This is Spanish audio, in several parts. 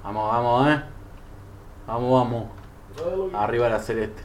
Vamos, Vamos. Arriba la celeste.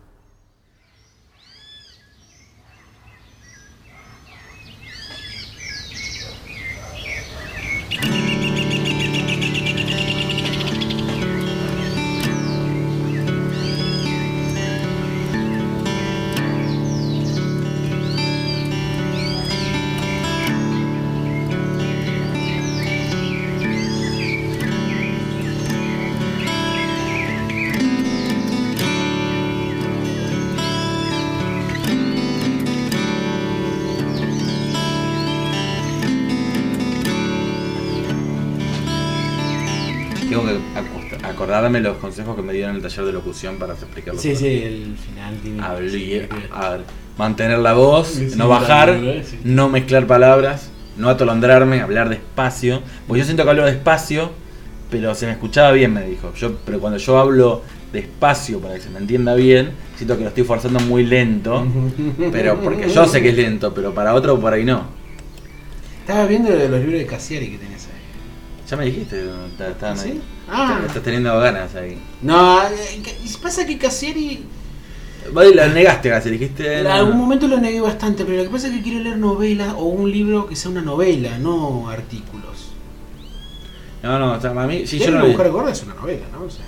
Tengo que acordarme los consejos que me dieron en el taller de locución para explicarlo. Sí, el final tiene mantener la voz, sí, no bajar, sí. no mezclar palabras, no atolondrarme, hablar despacio. Porque yo siento que hablo despacio, pero se me escuchaba bien, me dijo. Pero cuando yo hablo despacio para que se me entienda bien, siento que lo estoy forzando muy lento. Pero porque yo sé que es lento, pero para otro por ahí no. Estaba viendo los libros de Cassiari que tenés ahí. Ya me dijiste, estaban ¿Sí? ahí. Estás teniendo ganas ahí. No, pasa que Cassiari... Vos lo negaste casi, dijiste. En algún momento lo negué bastante, pero lo que pasa es que quiero leer novelas o un libro que sea una novela, no artículos. No, o sea, a mí, si yo ¿Quiero no buscar gorda? Es una novela, ¿no? O sea,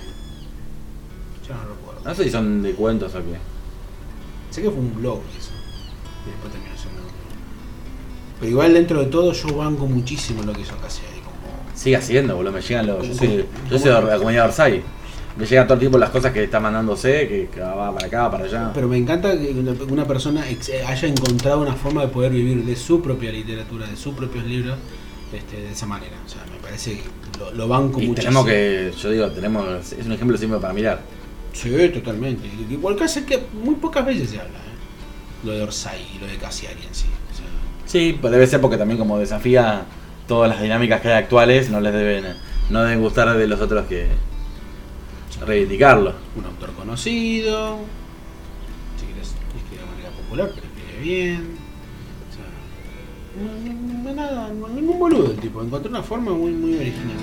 yo no recuerdo. no sé si son de cuentos o qué. Sé que fue un blog eso. Y después terminó siendo una novela. Pero igual dentro de todo yo banco muchísimo lo que hizo Cassiari. Sigue haciendo, boludo, me llegan los... Yo soy de la comunidad de Orsay. Me llegan todo el tiempo las cosas que está mandándose, que va para acá, para allá. Pero me encanta que una persona haya encontrado una forma de poder vivir de su propia literatura, de sus propios libros, de esa manera. O sea, me parece que lo banco y muchísimo. Es un ejemplo siempre para mirar. Sí, totalmente. Igual que muy pocas veces se habla, lo de Orsay y lo de Cassiari en sí. O sea, sí, pues debe ser porque también como desafía todas las dinámicas que hay actuales, no deben gustar de los otros que reivindicarlo. Un autor conocido, si quieres escribir de manera popular, pero escribe bien. O sea, nada, ningún boludo el tipo, encontró una forma muy, muy original.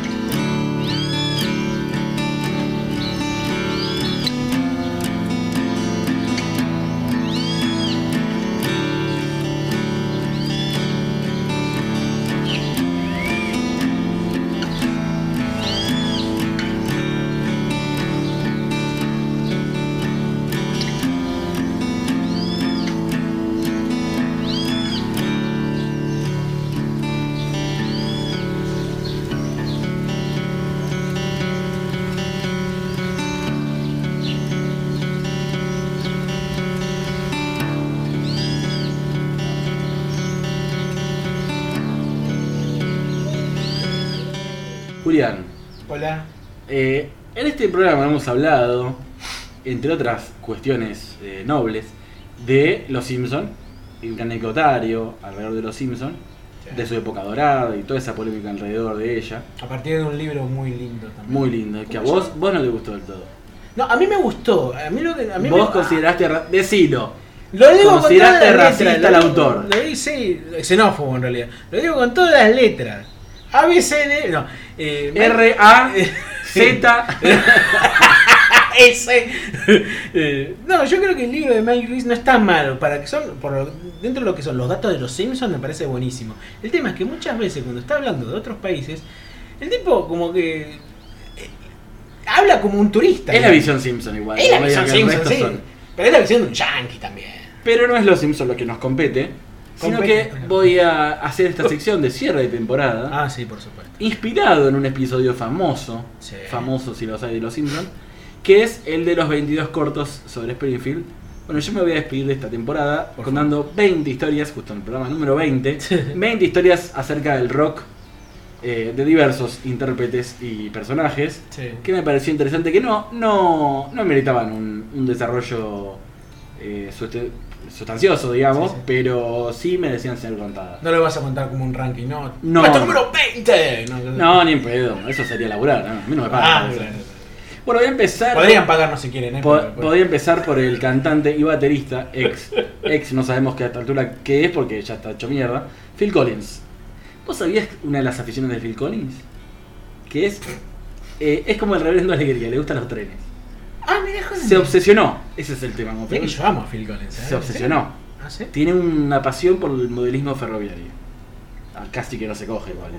Julián, Hola. en este programa hemos hablado, entre otras cuestiones nobles, de Los Simpson, y un anecdotario alrededor de Los Simpson, Sí. de su época dorada y toda esa polémica alrededor de ella. A partir de un libro muy lindo también. Muy lindo, que a vos no te gustó del todo. No, a mí me gustó. Vos consideraste... Decilo. Lo digo con ¿Consideraste todas las racista letras, al autor? Lo digo, sí, xenófobo en realidad. Lo digo con todas las letras. A, B, C, D, no. R, A, Z. S. No, yo creo que el libro de Mike Reiss no está mal. Para que dentro de lo que son los datos de los Simpsons me parece buenísimo. El tema es que muchas veces cuando está hablando de otros países, el tipo como que habla como un turista. Es la visión Simpson igual. Es la no visión digan que el Simpson, resto sí. son. Pero es la visión de un yankee también. Pero no es Los Simpson lo que nos compete, sino que voy a hacer esta sección de cierre de temporada, Ah, sí, por supuesto. inspirado en un episodio famoso, Sí. famoso si lo sabes de Los Simpsons, que es el de los 22 cortos sobre Springfield. Bueno, yo me voy a despedir de esta temporada Por contando 20 historias, justo en el programa número 20, 20 historias acerca del rock de diversos intérpretes y personajes, Sí. que me pareció interesante, que no meritaban un desarrollo sustancioso, digamos, Sí, sí. pero sí merecían ser contadas. No lo vas a contar como un ranking, no. No. ¡Puesto número 20! No, ni en pedo, eso sería laburar, ¿no? A mí no me pagan por eso. claro. Bueno, voy a empezar. Podrían pagarnos si quieren, ¿eh? Podría empezar por el cantante y baterista, ex no sabemos que a esta altura qué es porque ya está hecho mierda, Phil Collins. ¿Vos sabías una de las aficiones de Phil Collins? Que es Es como el reverendo Alegría, le gustan los trenes. Ah, mira, joder. Se obsesionó, ese es el tema. Mira que yo amo a Phil Collins. Se obsesionó. ¿Ah, sí? Tiene una pasión por el modelismo ferroviario. Casi que no se coge igual.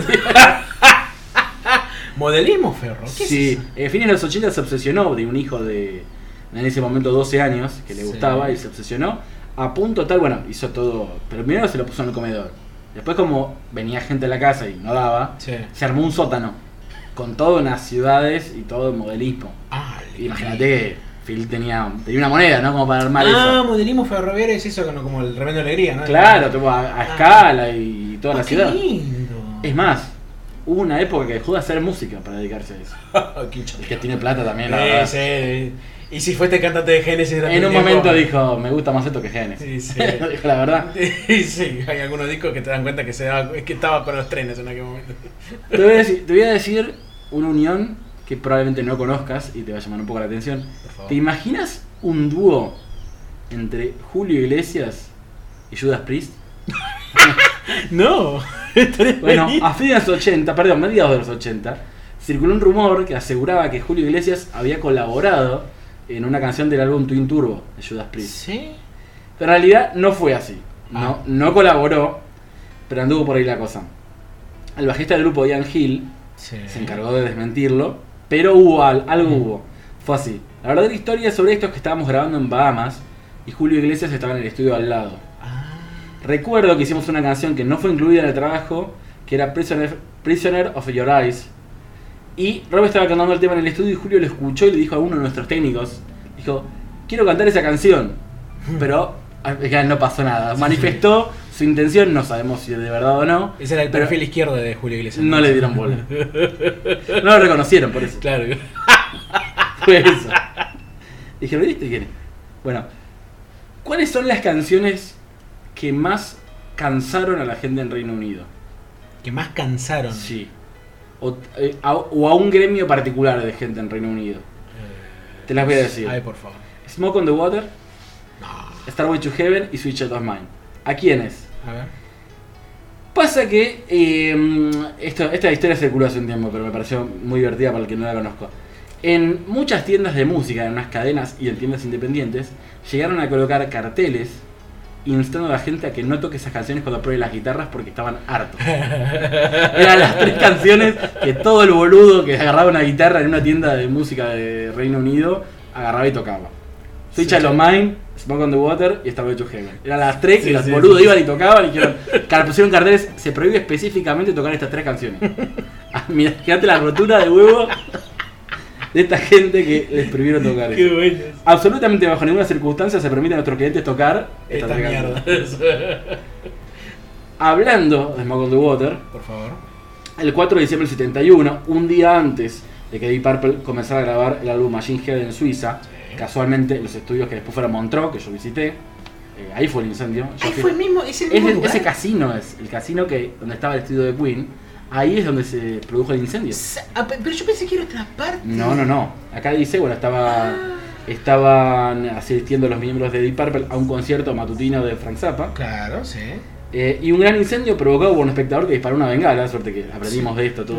¿Modelismo ferro? ¿Qué Sí, es eso? fines de los 80 se obsesionó de un hijo de, en ese momento 12 años, que le Sí. gustaba y se obsesionó. A punto tal, bueno, hizo todo. Pero primero se lo puso en el comedor. Después, como venía gente a la casa y no daba, Sí. se armó un sótano. Con todas unas ciudades y todo el modelismo. Ah, Imagínate que Phil tenía una moneda, ¿no? Como para armar eso. modelismo ferroviario es eso como el Reverendo Alegría, ¿no? Claro, tuvo a escala y toda la qué ciudad. lindo. Es más, hubo una época que dejó de hacer música para dedicarse a eso. Qué El que tiene plata también, la verdad. sí. Y si fuiste cantante de Genesis durante En un tiempo, momento dijo, me gusta más esto que Genesis. Sí, sí. Dijo la verdad. Sí, hay algunos discos que te dan cuenta que que estaba con los trenes en aquel momento. Te voy a decir una unión que probablemente no conozcas y te va a llamar un poco la atención. Por favor. ¿Te imaginas un dúo entre Julio Iglesias y Judas Priest? No, Bueno, a fines de los 80, perdón, mediados de los 80, circuló un rumor que aseguraba que Julio Iglesias había colaborado en una canción del álbum Twin Turbo de Judas Priest. ¿Sí? Pero en realidad no fue así. Ah. No colaboró, pero anduvo por ahí la cosa. El bajista del grupo, Ian Hill, Sí. se encargó de desmentirlo, pero hubo algo hubo. Fue así. La verdadera historia sobre esto es que estábamos grabando en Bahamas y Julio Iglesias estaba en el estudio al lado. Ah. Recuerdo que hicimos una canción que no fue incluida en el trabajo, que era Prisoner of Your Eyes. Y Rob estaba cantando el tema en el estudio y Julio lo escuchó y le dijo a uno de nuestros técnicos, dijo, quiero cantar esa canción. Pero no pasó nada. Manifestó su intención, no sabemos si de verdad o no. Ese era el pero perfil izquierdo de Julio Iglesias. no le dieron bola. No lo reconocieron por eso. Claro. Fue eso. Dijeron, ¿viste quién es? Bueno, ¿cuáles son las canciones que más cansaron a la gente en Reino Unido? Que más cansaron. Sí. O a un gremio particular de gente en Reino Unido. Te las voy a decir. Ay, por favor. Smoke on the Water, No. Starway to Heaven y Sweet Child of Mine. ¿A quiénes? A ver. Pasa que esta historia circuló hace un tiempo, pero me pareció muy divertida para el que no la conozco. En muchas tiendas de música, en unas cadenas y en tiendas independientes, llegaron a colocar carteles instando a la gente a que no toque esas canciones cuando pruebe las guitarras porque estaban hartos. Eran las 3 canciones que todo el boludo que agarraba una guitarra en una tienda de música de Reino Unido agarraba y tocaba. Sweet Child of Mine, Smoke on the Water y Starway to Heaven. Eran las 3 que los boludos iban y tocaban y dijeron, pusieron carteles, se prohíbe específicamente tocar estas 3 canciones. Mirá, fíjate la rotura de huevo de esta gente que les prohibieron tocar Qué eso. bueno. Absolutamente bajo ninguna circunstancia se permite a nuestros clientes tocar Esta estas 3 mierda. canciones. Hablando de Smoke on the Water, Por favor. el 4 de diciembre del 71, un día antes de que Deep Purple comenzara a grabar el álbum Machine Head en Suiza, casualmente en los estudios que después fueron Montreux, que yo visité, ahí fue el incendio. Yo Ahí fui- fue el mismo, es el mismo lugar. ese casino es el casino donde estaba el estudio de Queen, ahí es donde se produjo el incendio. Pero yo pensé que era otra parte. No. Acá dice, bueno, estaban asistiendo los miembros de Deep Purple a un concierto matutino de Frank Zappa. Claro, sí. Y un gran incendio provocado por un espectador que disparó una bengala, suerte que aprendimos de esto todo.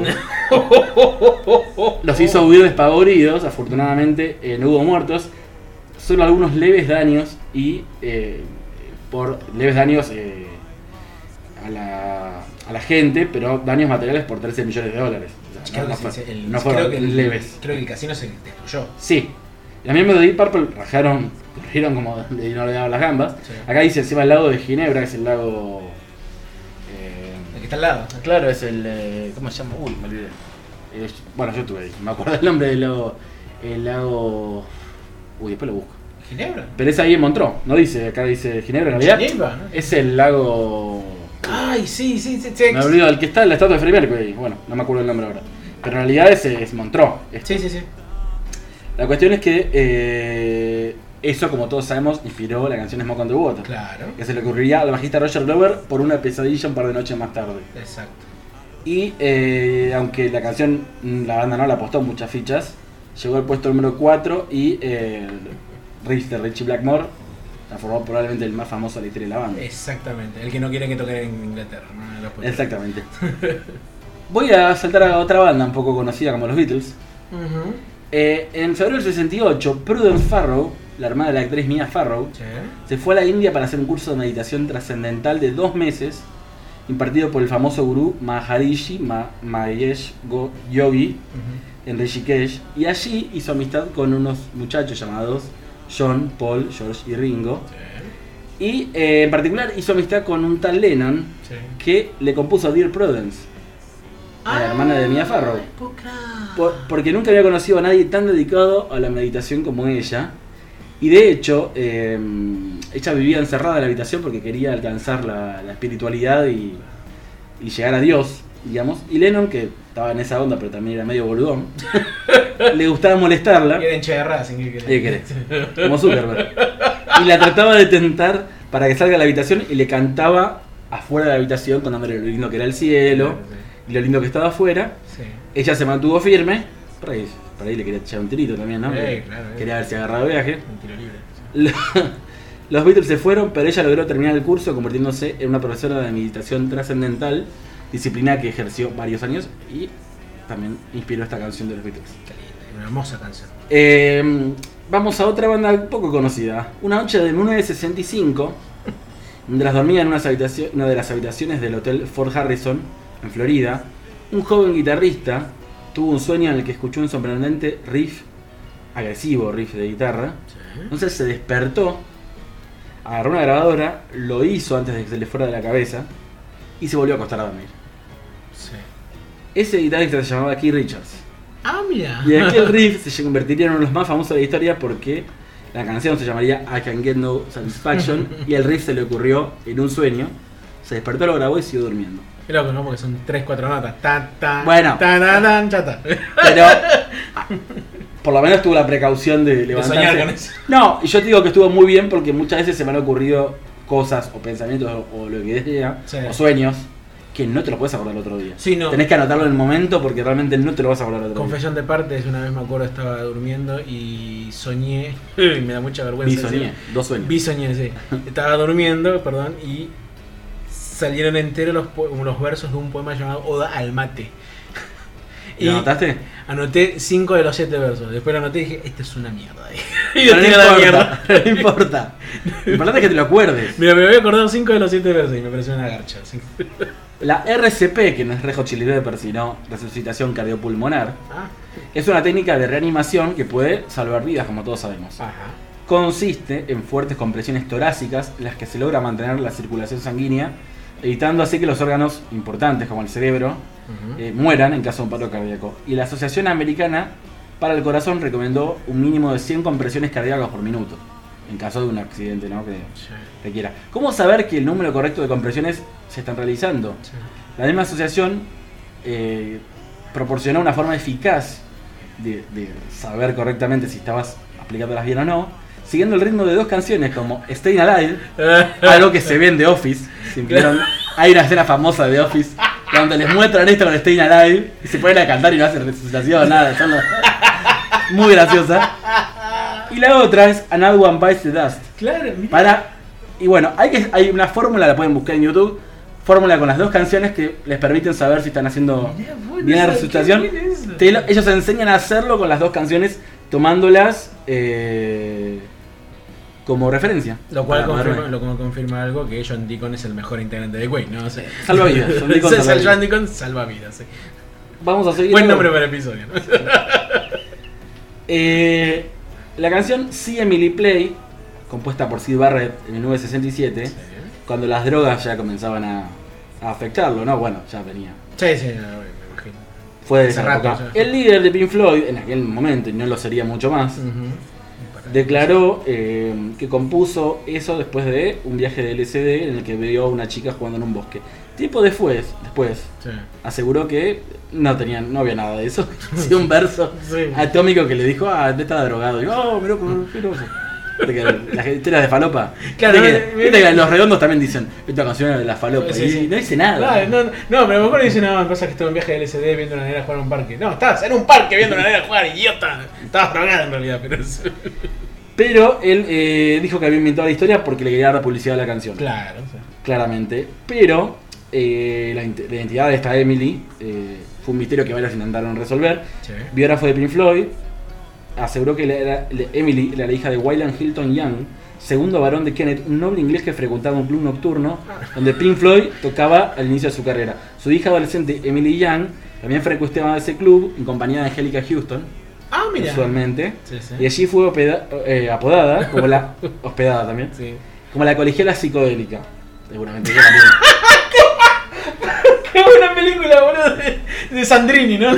Los hizo huir despavoridos, afortunadamente no hubo muertos, solo algunos leves daños y por leves daños a la gente, pero daños materiales por 13 millones de dólares. O sea, no fueron leves. Creo que el casino se destruyó. Sí. Los miembros de Deep Purple rugieron como de no le daban las gambas. Sí. Acá dice encima el lago de Ginebra, que es el lago... El que está al lado. Claro, es el... ¿cómo se llama? Uy, me olvidé. Bueno, yo estuve ahí, me acuerdo el nombre del lago... El lago... Uy, después lo busco. ¿Ginebra? Pero es ahí en Montreux, no dice, acá dice Ginebra en realidad. Ginebra, ¿no? Es el lago... Ay, sí. Me olvidé, el que está en la estatua de Freddie Mercury. Bueno, no me acuerdo el nombre ahora. Pero en realidad es Montreux. Sí. La cuestión es que eso, como todos sabemos, inspiró la canción Smoke on the Water. Claro. Que se le ocurriría al bajista Roger Glover por una pesadilla un par de noches más tarde. Exacto. Y aunque la canción, la banda no le apostó muchas fichas, llegó al puesto número 4 y Riff de Richie Blackmore transformó probablemente el más famoso de la historia de la banda. Exactamente. El que no quiere que toque en Inglaterra, ¿no? Exactamente. Voy a saltar a otra banda un poco conocida como los Beatles. Ujú. En febrero del 68, Prudence Farrow, la hermana de la actriz Mia Farrow, Sí. se fue a la India para hacer un curso de meditación trascendental de 2 meses, impartido por el famoso gurú Maharishi Mahesh Yogi Ujú. en Rishikesh, y allí hizo amistad con unos muchachos llamados John, Paul, George y Ringo, Sí. y en particular hizo amistad con un tal Lennon Sí. que le compuso Dear Prudence, a la hermana de Mia Farrow. Porque nunca había conocido a nadie tan dedicado a la meditación como ella. Y de hecho, ella vivía encerrada en la habitación porque quería alcanzar la espiritualidad y llegar a Dios, digamos. Y Lennon, que estaba en esa onda pero también era medio boludón, le gustaba molestarla. Era hincha de Racing, ¿qué ¿Qué querés? Como Zuckerberg. Y la trataba de tentar para que salga de la habitación y le cantaba afuera de la habitación contándole lo lindo que era el cielo y lo lindo que estaba afuera. Sí. Ella se mantuvo firme. Por ahí le quería echar un tirito también, ¿no? Claro, Quería ver si agarraba viaje. Un tiro libre. Los Beatles se fueron, pero ella logró terminar el curso convirtiéndose en una profesora de meditación trascendental, disciplina que ejerció varios años y también inspiró esta canción de los Beatles. Qué linda, una hermosa canción. Vamos a otra banda poco conocida. Una noche de 1965, mientras dormía en una de las habitaciones del Hotel Fort Harrison, en Florida, un joven guitarrista tuvo un sueño en el que escuchó un sorprendente agresivo riff de guitarra. Sí. Entonces se despertó, agarró una grabadora, lo hizo antes de que se le fuera de la cabeza y se volvió a acostar a dormir. Sí. Ese guitarrista se llamaba Keith Richards. Ah, mira. Y aquel riff se convertiría en uno de los más famosos de la historia porque la canción se llamaría I Can Get No Satisfaction y el riff se le ocurrió en un sueño. Se despertó, lo grabó y siguió durmiendo. Qué loco, ¿no? Porque son 3-4 notas. Bueno. Chata. Pero por lo menos tuvo la precaución de levantarse. soñar con eso. No, y yo te digo que estuvo muy bien porque muchas veces se me han ocurrido cosas o pensamientos o lo que sea, Sí. o sueños que no te lo puedes acordar el otro día. Sí, no. Tenés que anotarlo en el momento porque realmente no te lo vas a acordar el otro Confesión de partes, una vez me acuerdo estaba durmiendo y soñé, y me da mucha día. vergüenza Bisoñé, decirlo. 2 sueños. Bisoñé, sí. Estaba durmiendo, perdón, y salieron enteros los versos de un poema llamado Oda al Mate. ¿Lo anotaste? Anoté 5 de los 7 versos. Después lo anoté y dije, esto es una mierda. Y Pero lo no tiré a la importa, mierda. no importa. Lo importante es que te lo acuerdes. Mira, me voy a acordar 5 de los 7 versos y me pareció una garcha. Sí. La RCP, que no es Red Hot Chili Peppers, sino resucitación cardiopulmonar, Ah, es una técnica de reanimación que puede salvar vidas, como todos sabemos. ajá. Consiste en fuertes compresiones torácicas, en las que se logra mantener la circulación sanguínea, evitando así que los órganos importantes, como el cerebro, Ujú. mueran en caso de un paro cardíaco. Y la Asociación Americana para el Corazón recomendó un mínimo de 100 compresiones cardíacas por minuto, en caso de un accidente, ¿no? que Sí, requiera. ¿Cómo saber que el número correcto de compresiones se están realizando? sí. La misma asociación proporcionó una forma eficaz de saber correctamente si estabas aplicándolas bien o no, siguiendo el ritmo de 2 canciones como Staying Alive, algo que se ve en The Office. Si vieron, hay una escena famosa de The Office donde les muestran esto con Staying Alive y se ponen a cantar y no hacen resucitación, nada, solo muy graciosa. Y la otra es Another One Bites the Dust. Claro, mirá. Y bueno, hay una fórmula, la pueden buscar en YouTube, fórmula con las 2 canciones que les permiten saber si están haciendo Mirá, vos, bien la no sabés resucitación. qué bien eso. Ellos enseñan a hacerlo con las 2 canciones, tomándolas como referencia. Lo cual Para poder ver. confirma algo, que John Deacon es el mejor integrante de Queen, ¿no? O sea, Salva vidas, John Deacon salva vidas. John Deacon salva vidas, sí. Vamos a seguir. Buen nombre para el episodio, ¿no? La canción See Emily Play, compuesta por Syd Barrett en 1967, cuando las drogas ya comenzaban a afectarlo, ¿no? Bueno, ya venía. Sí, me imagino. Fue de Hace esa rato época. ya. El líder de Pink Floyd, en aquel momento, y no lo sería mucho más, declaró que compuso eso después de un viaje de LSD en el que vio a una chica jugando en un bosque. Tiempo después Sí. aseguró que no había nada de eso. Sí, un verso Sí. atómico que le dijo, no estaba drogado. Y oh, mirá, pero las historias de falopa. Claro, Viste que los redondos también dicen, esta canción es de la falopa. Sí, y sí. no dice nada. No, pero a lo mejor dice, no, pasa que estuve en viaje de LSD viendo a una negra jugar en un parque. No, estabas en un parque viendo a una negra jugar, idiota. Estabas drogada en realidad, pero... Pero él dijo que había inventado la historia porque le quería dar publicidad a la canción. Claro, sí. Claramente. Pero la identidad de esta Emily fue un misterio que varios intentaron resolver. Sí. Biógrafo de Pink Floyd aseguró que Emily era la hija de Wyland Hilton Young, segundo varón de Kenneth, un noble inglés que frecuentaba un club nocturno donde Pink Floyd tocaba al inicio de su carrera. Su hija adolescente, Emily Young, también frecuentaba ese club en compañía de Angelica Houston, Mira. usualmente, Sí, sí. y allí fue apodada como la hospedada también, Sí. como la colegiala psicodélica. Seguramente yo también. Qué buena película, boludo, de Sandrini, ¿no?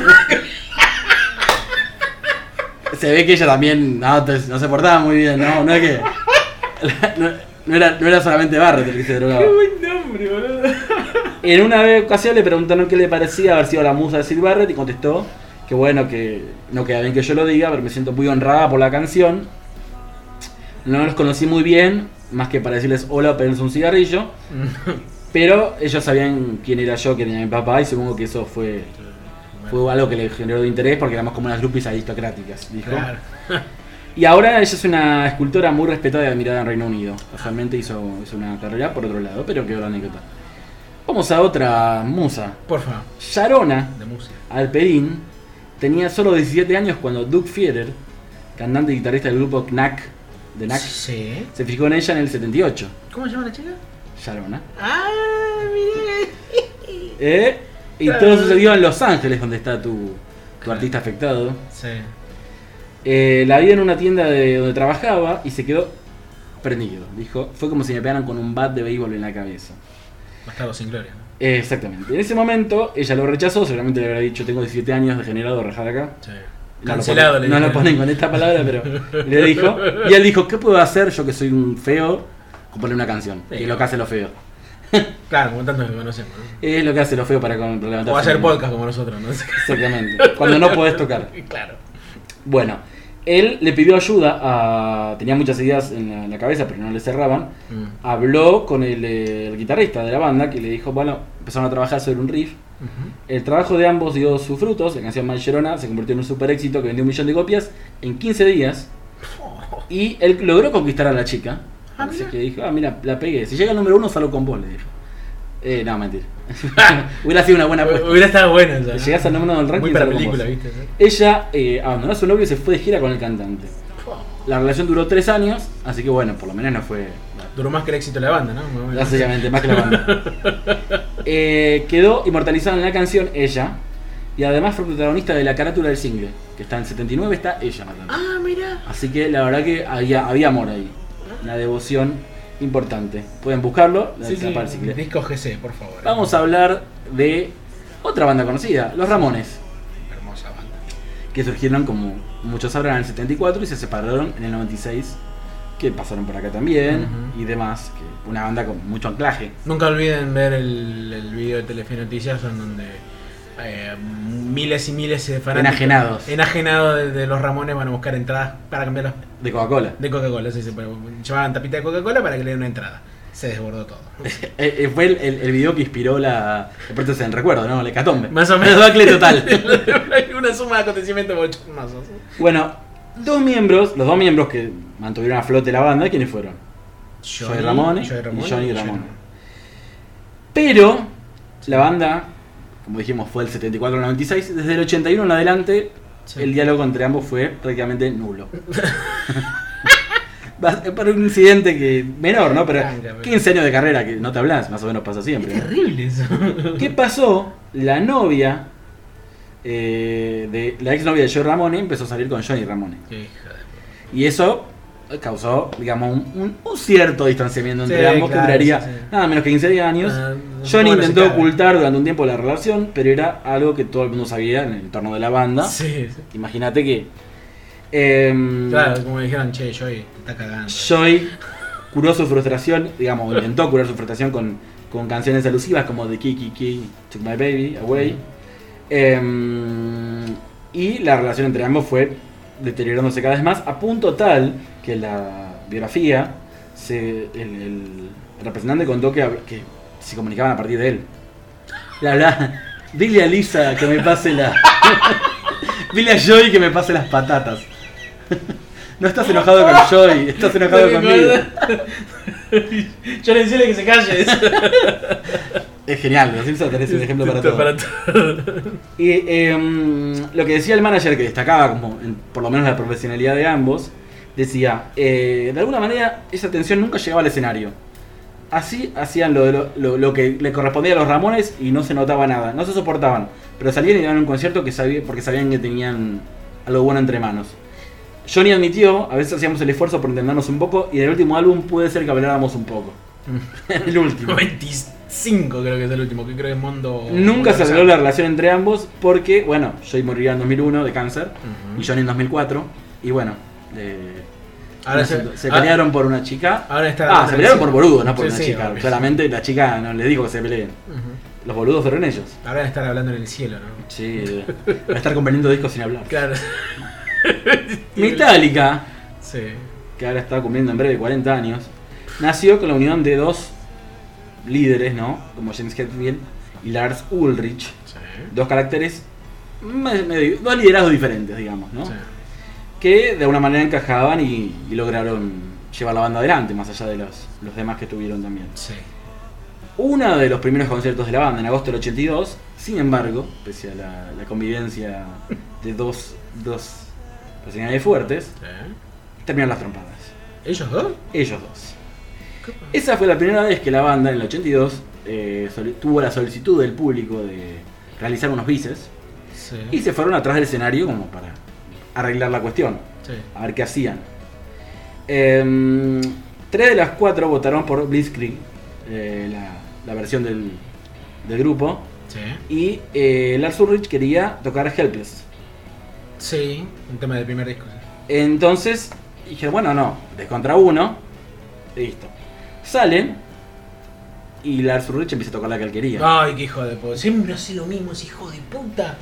Se ve que ella también no se portaba muy bien, no es que no era solamente Barrett el que se drogaba. Qué buen nombre, boludo. En una ocasión le preguntaron qué le parecía haber sido la musa de Syd Barrett y contestó que bueno, que no queda bien que yo lo diga, pero me siento muy honrada por la canción. No los conocí muy bien, más que para decirles hola o pedirles un cigarrillo, pero ellos sabían quién era yo, quién era mi papá, y supongo que eso fue algo que le generó de interés porque éramos como unas groupies aristocráticas, dijo. Claro. Y ahora ella es una escultora muy respetada y admirada en Reino Unido. Casualmente hizo una carrera por otro lado, pero quedó la anécdota. Vamos a otra musa. Por favor. Sharona De música. Alperín tenía solo 17 años cuando Doug Fierer, cantante y guitarrista del grupo Knack, de Knack, Sí. se fijó en ella en el 78. ¿Cómo se llama la chica? Sharona. Mira. Y todo sucedió en Los Ángeles, donde está tu artista afectado. Sí. La vi en una tienda donde trabajaba y se quedó prendido. Dijo, fue como si me pegaran con un bat de béisbol en la cabeza. Bastardo sin gloria, ¿no? Exactamente. En ese momento ella lo rechazó, seguramente le habrá dicho, tengo 17 años, degenerado, rajada acá. Sí. No Cancelado, no lo ponen con esta palabra, pero le dijo. Y él dijo, ¿qué puedo hacer yo que soy un feo? Componer una canción, Sí. que es lo que hace lo feo. Claro, como tantos que conocemos, ¿no? Es lo que hace lo feo para levantar. O hacer podcast como nosotros, ¿no? Exactamente. Cuando no podés tocar. Claro. Bueno, él le pidió ayuda tenía muchas ideas en la cabeza, pero no le cerraban. Habló con el guitarrista de la banda, que le dijo, bueno, empezaron a trabajar sobre un riff. El trabajo de ambos dio sus frutos. La canción My Sharona se convirtió en un super éxito que vendió 1 millón de copias en 15 días. Y él logró conquistar a la chica. Así mira. que dijo, mira, la pegué. Si llega al número 1, salgo con vos, le dijo. No, mentira. Hubiera sido una buena apuesta. Hubiera estado buena esa, ¿no? Si llegás al número 1 del ranking, Muy para salgo con película, vos. ¿viste? ¿Sí? Ella abandonó a su novio y se fue de gira con el cantante. La relación duró 3 años, así que bueno, por lo menos no fue... Duró más que el éxito de la banda, ¿no? Básicamente, más que la banda. Quedó inmortalizada en la canción ella, y además fue protagonista de la carátula del single, que está en 79, está ella matando. Mira. Así que la verdad que había amor ahí, una devoción importante. Pueden buscarlo, la tapa del single. Disco GC, por favor. Vamos a hablar de otra banda conocida, Los Ramones, Hermosa banda. que surgieron, como muchos sabrán, en el 74 y se separaron en el 96, que pasaron por acá también, y demás, que una banda con mucho anclaje. Nunca olviden ver el video de Telefe Noticias en donde miles y miles de fanáticos enajenados de los Ramones van a buscar entradas para cambiarlas De Coca-Cola. de Coca-Cola. Sí, pero llevaban tapita de Coca-Cola para que le den una entrada. Se desbordó todo. Fue el video que inspiró la prótesis en recuerdo, ¿no? La hecatombe. Más o menos. La debacle total. Hay una suma de acontecimientos bochornosos. Bueno, los dos miembros que mantuvieron a flote la banda, ¿quiénes fueron? Joey Ramone y Johnny Ramone. Pero la banda, como dijimos, fue del 74 al 96. Desde el 81 en adelante, el diálogo entre ambos fue prácticamente nulo. Para un incidente que menor, ¿no? Pero 15 años de carrera que no te hablas, más o menos pasa siempre. Es terrible eso. ¿Qué pasó? La novia la ex novia de Joey Ramone empezó a salir con Johnny Ramone. Y eso causó, digamos, un cierto distanciamiento entre ambos, que duraría nada menos que 15 años. Johnny intentó ocultar durante un tiempo la relación, pero era algo que todo el mundo sabía en el entorno de la banda. Sí. Imagínate que claro, como dijeron, che, Joey está cagando. Joey curó su frustración, digamos, intentó curar su frustración con canciones alusivas como The Kiki Took My Baby Away. Y la relación entre ambos fue deteriorándose cada vez más, a punto tal que la biografía el representante contó que se comunicaban a partir de él. Dile a Lisa que me pase dile a Joey que me pase las patatas. No estás enojado con Joey, estás enojado conmigo. Yo le decía que se calle. Es genial, los Simpsons tenés un ejemplo para todo. Para todo. Y lo que decía el manager, que destacaba como por lo menos la profesionalidad de ambos, decía, de alguna manera esa tensión nunca llegaba al escenario. Así hacían lo que le correspondía a los Ramones y no se notaba nada, no se soportaban, pero salían y daban un concierto porque sabían que tenían algo bueno entre manos. Johnny admitió, a veces hacíamos el esfuerzo por entendernos un poco y en el último álbum puede ser que habláramos un poco. El último. 25 creo que es el último, que creo que es Mondo... Nunca se arregló la relación entre ambos porque, bueno, Joey moriría en 2001 de cáncer y Johnny en 2004 y bueno, ahora se pelearon por una chica. Ahora está se pelearon por boludo, no por sí, una chica. obvio. Solamente la chica no les dijo que se peleen. Los boludos fueron ellos. Ahora van a estar hablando en el cielo, ¿no? Sí, va a estar componiendo discos sin hablar. Claro. Metallica, Sí. que ahora está cumpliendo en breve 40 años, nació con la unión de dos líderes, ¿no? Como James Hetfield y Lars Ulrich. Sí. Dos caracteres, dos liderazgos diferentes, digamos, ¿no? Sí. Que de alguna manera encajaban y lograron llevar la banda adelante, más allá de los demás que tuvieron también. Sí. Uno de los primeros conciertos de la banda en agosto del 82, sin embargo, pese a la convivencia de dos personalidades fuertes, Sí. terminaron las trompadas. ¿Ellos dos? Ellos dos. Esa fue la primera vez que la banda en el 82 tuvo la solicitud del público de realizar unos bises Sí. y se fueron atrás del escenario como para arreglar la cuestión, Sí. a ver qué hacían. 3 de las 4 votaron por Blitzkrieg, la versión del grupo, Sí. y Lars Ulrich quería tocar Helpless. Sí, un tema del primer disco. Sí. Entonces dije, bueno, no, de contra uno, listo. Salen y Lars Ulrich empieza a tocar la que él quería. Ay, qué hijo de puta. Siempre hace lo mismo ese hijo de puta.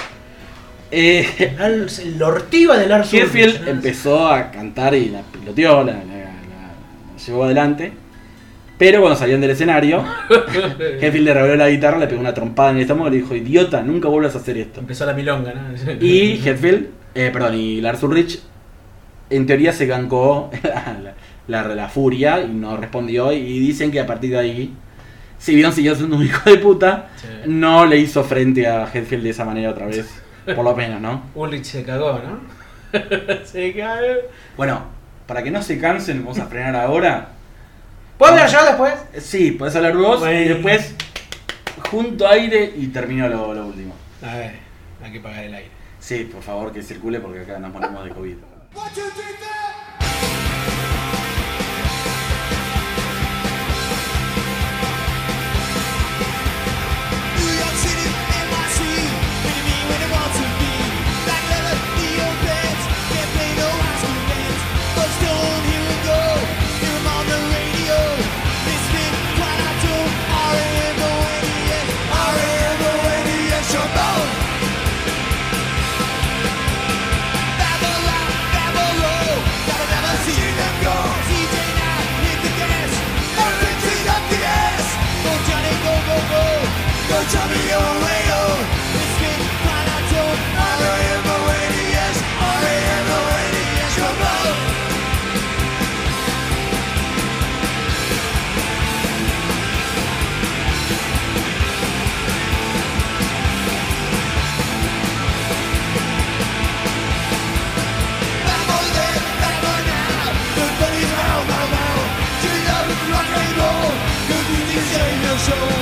El ortiva de Lars Ulrich, Hetfield ¿no? empezó a cantar y la piloteó, la llevó adelante. Pero cuando salían del escenario, Hetfield le revolvió la guitarra, le pegó una trompada en el estómago y le dijo, idiota, nunca vuelvas a hacer esto. Empezó la milonga, ¿no? Y y Lars Ulrich, en teoría se gancó la furia y no respondió. Y dicen que a partir de ahí, si bien siguió siendo un hijo de puta, Sí. no le hizo frente a Hetfield de esa manera otra vez. Por lo menos, ¿no? Ulrich se cagó, ¿no? Se cagó. Bueno, para que no se cansen, vamos a frenar ahora. ¿Puedo hablar yo después? Sí, podés hablar vos Bueno. y después junto aire y termino lo último. A ver, hay que pagar el aire. Sí, por favor que circule porque acá nos morimos de COVID. Tell me your way on. It's been quite a tour. R-A-M-O-N-E-S, R-A-M-O-N-E-S, come on. Vamos there, vamos now. The bunny's round, round, round. Do you love it, rock and roll? Good music, save your soul.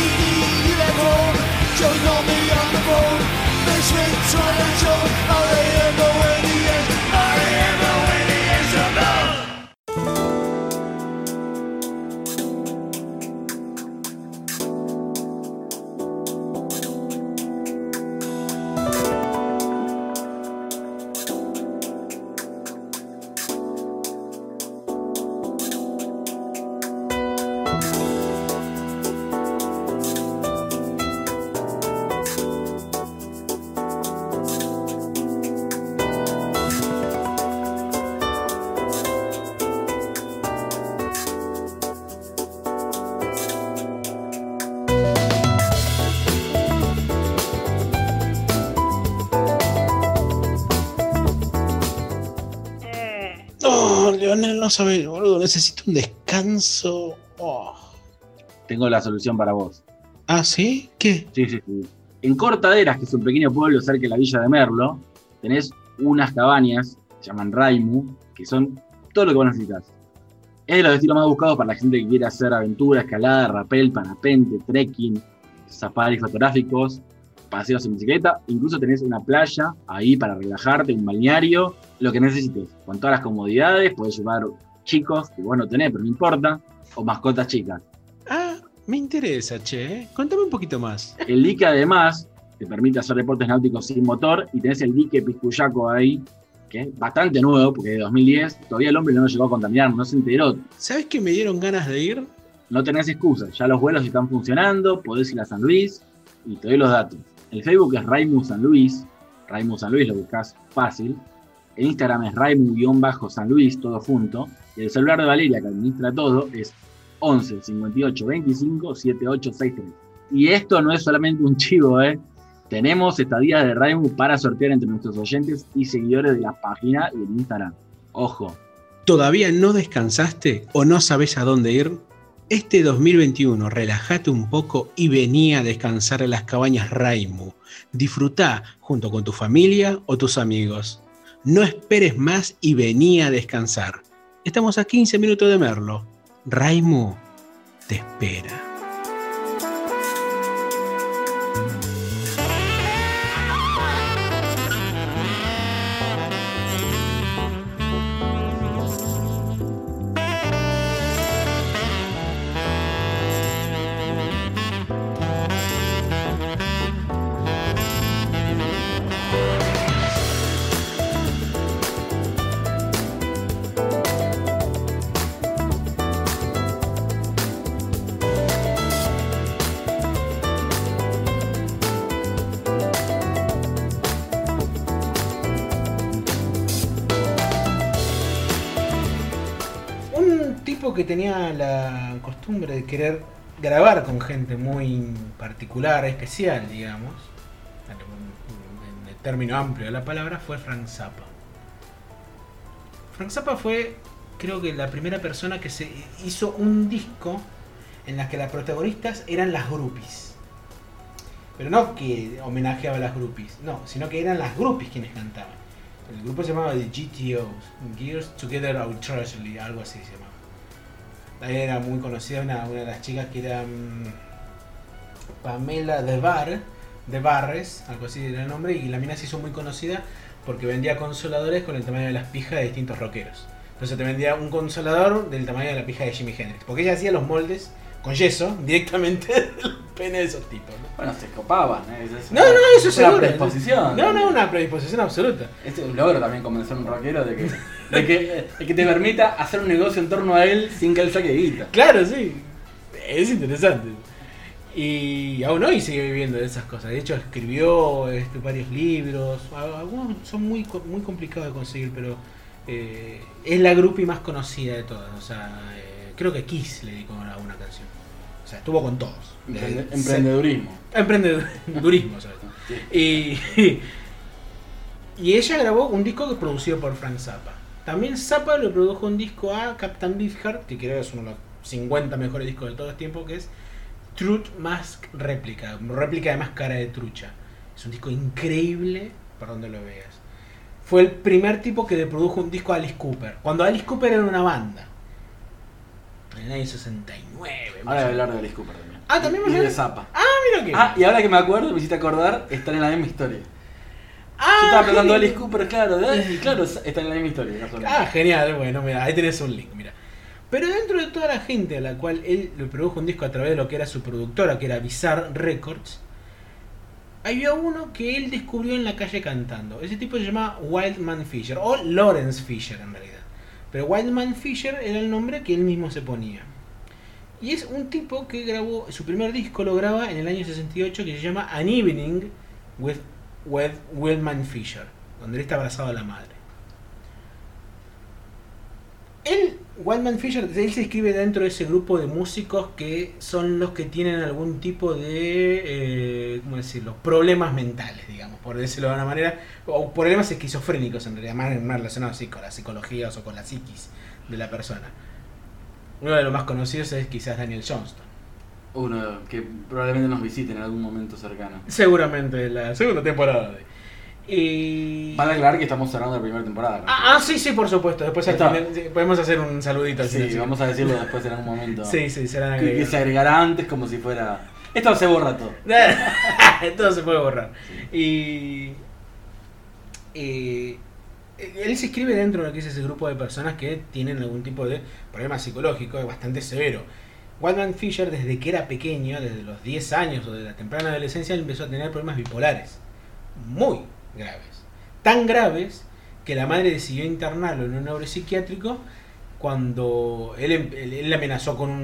Joe's on me on the phone. This week's one and show. R-A-M-O-N-E-S, R-A-M-O-N-E-S, come on. Leonel no sabe, boludo, necesito un descanso. Oh. Tengo la solución para vos. ¿Ah, sí? ¿Qué? Sí, sí, sí. En Cortaderas, que es un pequeño pueblo cerca de la villa de Merlo, tenés unas cabañas, se llaman Raimu, que son todo lo que vos necesitas. Es de los destinos más buscados para la gente que quiere hacer aventura, escalada, rappel, parapente, trekking, safaris fotográficos, paseos en bicicleta. Incluso tenés una playa ahí para relajarte, un balneario, lo que necesites. Con todas las comodidades, podés llevar chicos, que vos no tenés, pero no importa, o mascotas chicas. Ah, me interesa, che. Contame un poquito más. El dique además te permite hacer deportes náuticos sin motor y tenés el dique Piscuyaco ahí, que es bastante nuevo, porque es de 2010, todavía el hombre no llegó a contaminar, no se enteró. ¿Sabes que me dieron ganas de ir? No tenés excusa, ya los vuelos están funcionando, podés ir a San Luis y te doy los datos. El Facebook es Raimu San Luis lo buscás fácil. El Instagram es Raimu-San Luis, todo junto. Y el celular de Valeria, que administra todo, es 11 58 25 7863. Y esto no es solamente un chivo, Tenemos estadías de Raimu para sortear entre nuestros oyentes y seguidores de la página y del Instagram. Ojo. ¿Todavía no descansaste o no sabés a dónde ir? Este 2021 relájate un poco y vení a descansar en las cabañas Raimu. Disfrutá junto con tu familia o tus amigos. No esperes más y vení a descansar. Estamos a 15 minutos de Merlo. Raimu te espera. Que tenía la costumbre de querer grabar con gente muy particular, especial, digamos, en el término amplio de la palabra, fue Frank Zappa. Frank Zappa fue, creo que, la primera persona que se hizo un disco en la que las protagonistas eran las groupies. Pero no que homenajeaba a las groupies, no, sino que eran las groupies quienes cantaban. El grupo se llamaba The GTOs, Gears Together Outrageously, algo así se llamaba. Era muy conocida una de las chicas que era Pamela de Barres, algo así era el nombre, y la mina se hizo muy conocida porque vendía consoladores con el tamaño de las pijas de distintos rockeros. Entonces te vendía un consolador del tamaño de la pija de Jimi Hendrix, porque ella hacía los moldes con yeso directamente del pene de esos tipos, ¿no? Bueno, se copaban, No, eso es una predisposición. No, una predisposición absoluta. Es un logro también convencer a un rockero de que te permita hacer un negocio en torno a él sin que él saque guita. Claro, sí. Es interesante. Y aún hoy sigue viviendo de esas cosas. De hecho, escribió varios libros. Algunos son muy complicados de conseguir, pero es la groupie más conocida de todas. O sea, creo que Kiss le dedicó alguna canción. O sea, estuvo con todos. Emprendedurismo. Emprendedurismo, ¿sabes? Sí. Y ella grabó un disco que producido por Frank Zappa. También Zappa le produjo un disco a Captain Beefheart, que creo que es uno de los 50 mejores discos de todo el tiempo, que es Truth Mask Réplica de máscara de trucha. Es un disco increíble por donde lo veas. Fue el primer tipo que le produjo un disco a Alice Cooper, cuando Alice Cooper era una banda. En el año 69. Ahora voy a hablar de Alice Cooper también. Ah, también me y de Zappa. Ah, mira que. Y ahora que me acuerdo, me hiciste acordar, están en la misma historia. Ah, yo estaba pensando Alice Cooper, claro, y claro, está en la misma historia. Genial, bueno, mira, ahí tenés un link, mira. Pero dentro de toda la gente a la cual él le produjo un disco a través de lo que era su productora, que era Bizarre Records, había uno que él descubrió en la calle cantando. Ese tipo se llamaba Wildman Fisher, o Lawrence Fisher en realidad. Pero Wildman Fisher era el nombre que él mismo se ponía. Y es un tipo que grabó, su primer disco lo graba en el año 68, que se llama An Evening with Wildman Fisher, donde él está abrazado a la madre. Wildman Fisher, él se inscribe dentro de ese grupo de músicos que son los que tienen algún tipo de, ¿cómo decirlo?, problemas mentales, digamos, por decirlo de alguna manera, o problemas esquizofrénicos en realidad, más relacionados así con la psicología o con la psiquis de la persona. Uno de los más conocidos es quizás Daniel Johnston. Uno que probablemente nos visite en algún momento cercano. Seguramente la segunda temporada. Y... Vale aclarar que estamos cerrando la primera temporada. sí, por supuesto. Después al Está. final, sí, podemos hacer un saludito al Sí, final, vamos a decirlo después en algún momento. Sí, será Que se agregará antes como si fuera... Esto se borra todo. todo se puede borrar. Y él se inscribe dentro de lo que es ese grupo de personas que tienen algún tipo de problema psicológico bastante severo. Waldman Fisher, desde que era pequeño, desde los 10 años o de la temprana adolescencia, él empezó a tener problemas bipolares muy graves. Tan graves que la madre decidió internarlo en un neuropsiquiátrico cuando él le amenazó con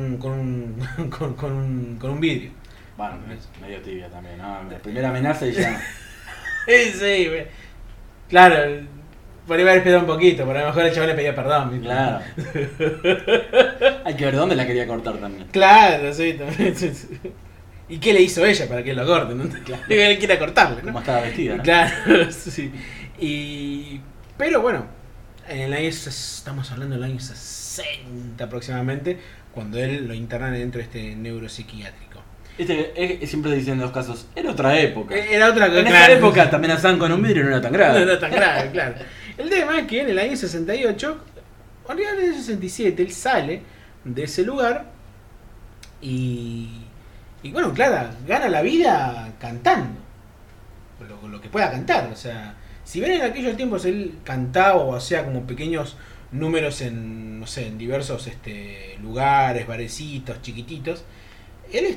un vidrio. Bueno, es medio tibia también, ¿no? La primera amenaza y ya... Sí, claro, podría haber esperado un poquito, pero a lo mejor el chaval le pedía perdón. ¿Viste? Claro. Hay que ver dónde la quería cortar también. Claro, sí, también. ¿Y qué le hizo ella para que lo corte? ¿No? Claro. Él quiere cortarle, ¿no? Como estaba vestida, ¿no? Claro, sí. Pero bueno, estamos hablando del año 60 aproximadamente, cuando él lo internan dentro de este neuropsiquiátrico. Siempre dicen en los casos, era otra época. Era otra cosa. En esa época te amenazaban con un vidrio y no era tan grave. No era tan grave, claro. El tema es que en el año 68, o en el año 67, él sale de ese lugar y bueno, claro, gana la vida cantando. Lo que pueda cantar. O sea, si bien en aquellos tiempos él cantaba o hacía como pequeños números en, no sé, en diversos lugares, barecitos, chiquititos, él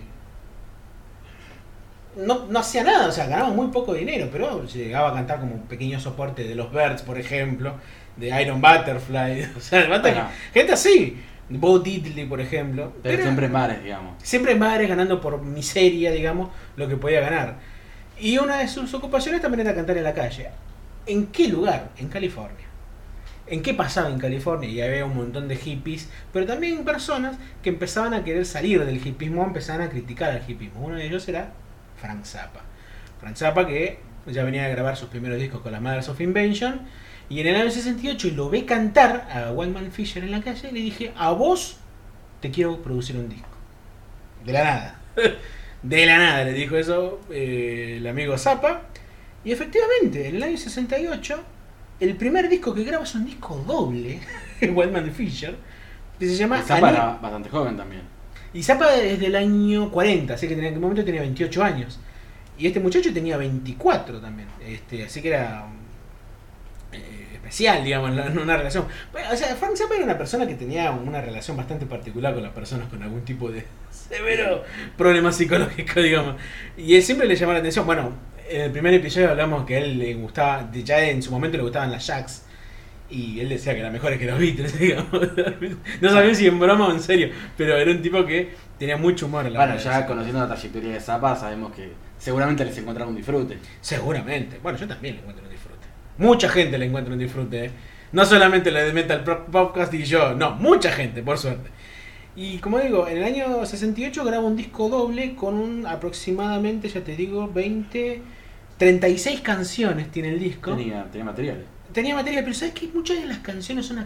no hacía nada, o sea, ganaba muy poco dinero, pero llegaba a cantar como un pequeño soporte de los Birds, por ejemplo, de Iron Butterfly, o sea, Bueno. gente así, Bo Diddley, por ejemplo. Pero siempre en mares, digamos. Siempre en bares, ganando por miseria, digamos, lo que podía ganar. Y una de sus ocupaciones también era cantar en la calle. ¿En qué lugar? En California. ¿En qué pasaba en California? Y había un montón de hippies, pero también personas que empezaban a querer salir del hippismo, empezaban a criticar al hippismo. Uno de ellos era Frank Zappa. Frank Zappa, que ya venía a grabar sus primeros discos con las Mothers of Invention, y en el año 68 lo ve cantar a Waldman Fisher en la calle, y le dije, a vos te quiero producir un disco. De la nada. De la nada le dijo eso el amigo Zappa. Y efectivamente, en el año 68, el primer disco que graba es un disco doble, Waldman Fisher, que se llama... Zappa era bastante joven también. Y Zappa es del año 40, así que en aquel momento tenía 28 años. Y este muchacho tenía 24 también. Así que era especial, digamos, en una relación. Bueno, o sea, Frank Zappa era una persona que tenía una relación bastante particular con las personas con algún tipo de severo problema psicológico, digamos. Y él siempre le llamaba la atención. Bueno, en el primer episodio hablamos que a él le gustaba, ya en su momento le gustaban las Jacks. Y él decía que eran mejores que los Beatles, digamos. No sabía si en broma o en serio, pero era un tipo que tenía mucho humor en la Bueno, vida. ya conociendo la trayectoria de Zappa, sabemos que seguramente les encontrará un disfrute. Seguramente. Bueno, yo también le encuentro un disfrute. Mucha gente le encuentra un disfrute, ¿eh? No solamente la de Metal Podcast y yo, no, mucha gente, por suerte. Y como digo, en el año 68 graba un disco doble con aproximadamente, ya te digo, 36 canciones tiene el disco. Tenía materiales. Tenía material, pero ¿sabes qué? Muchas de las canciones son a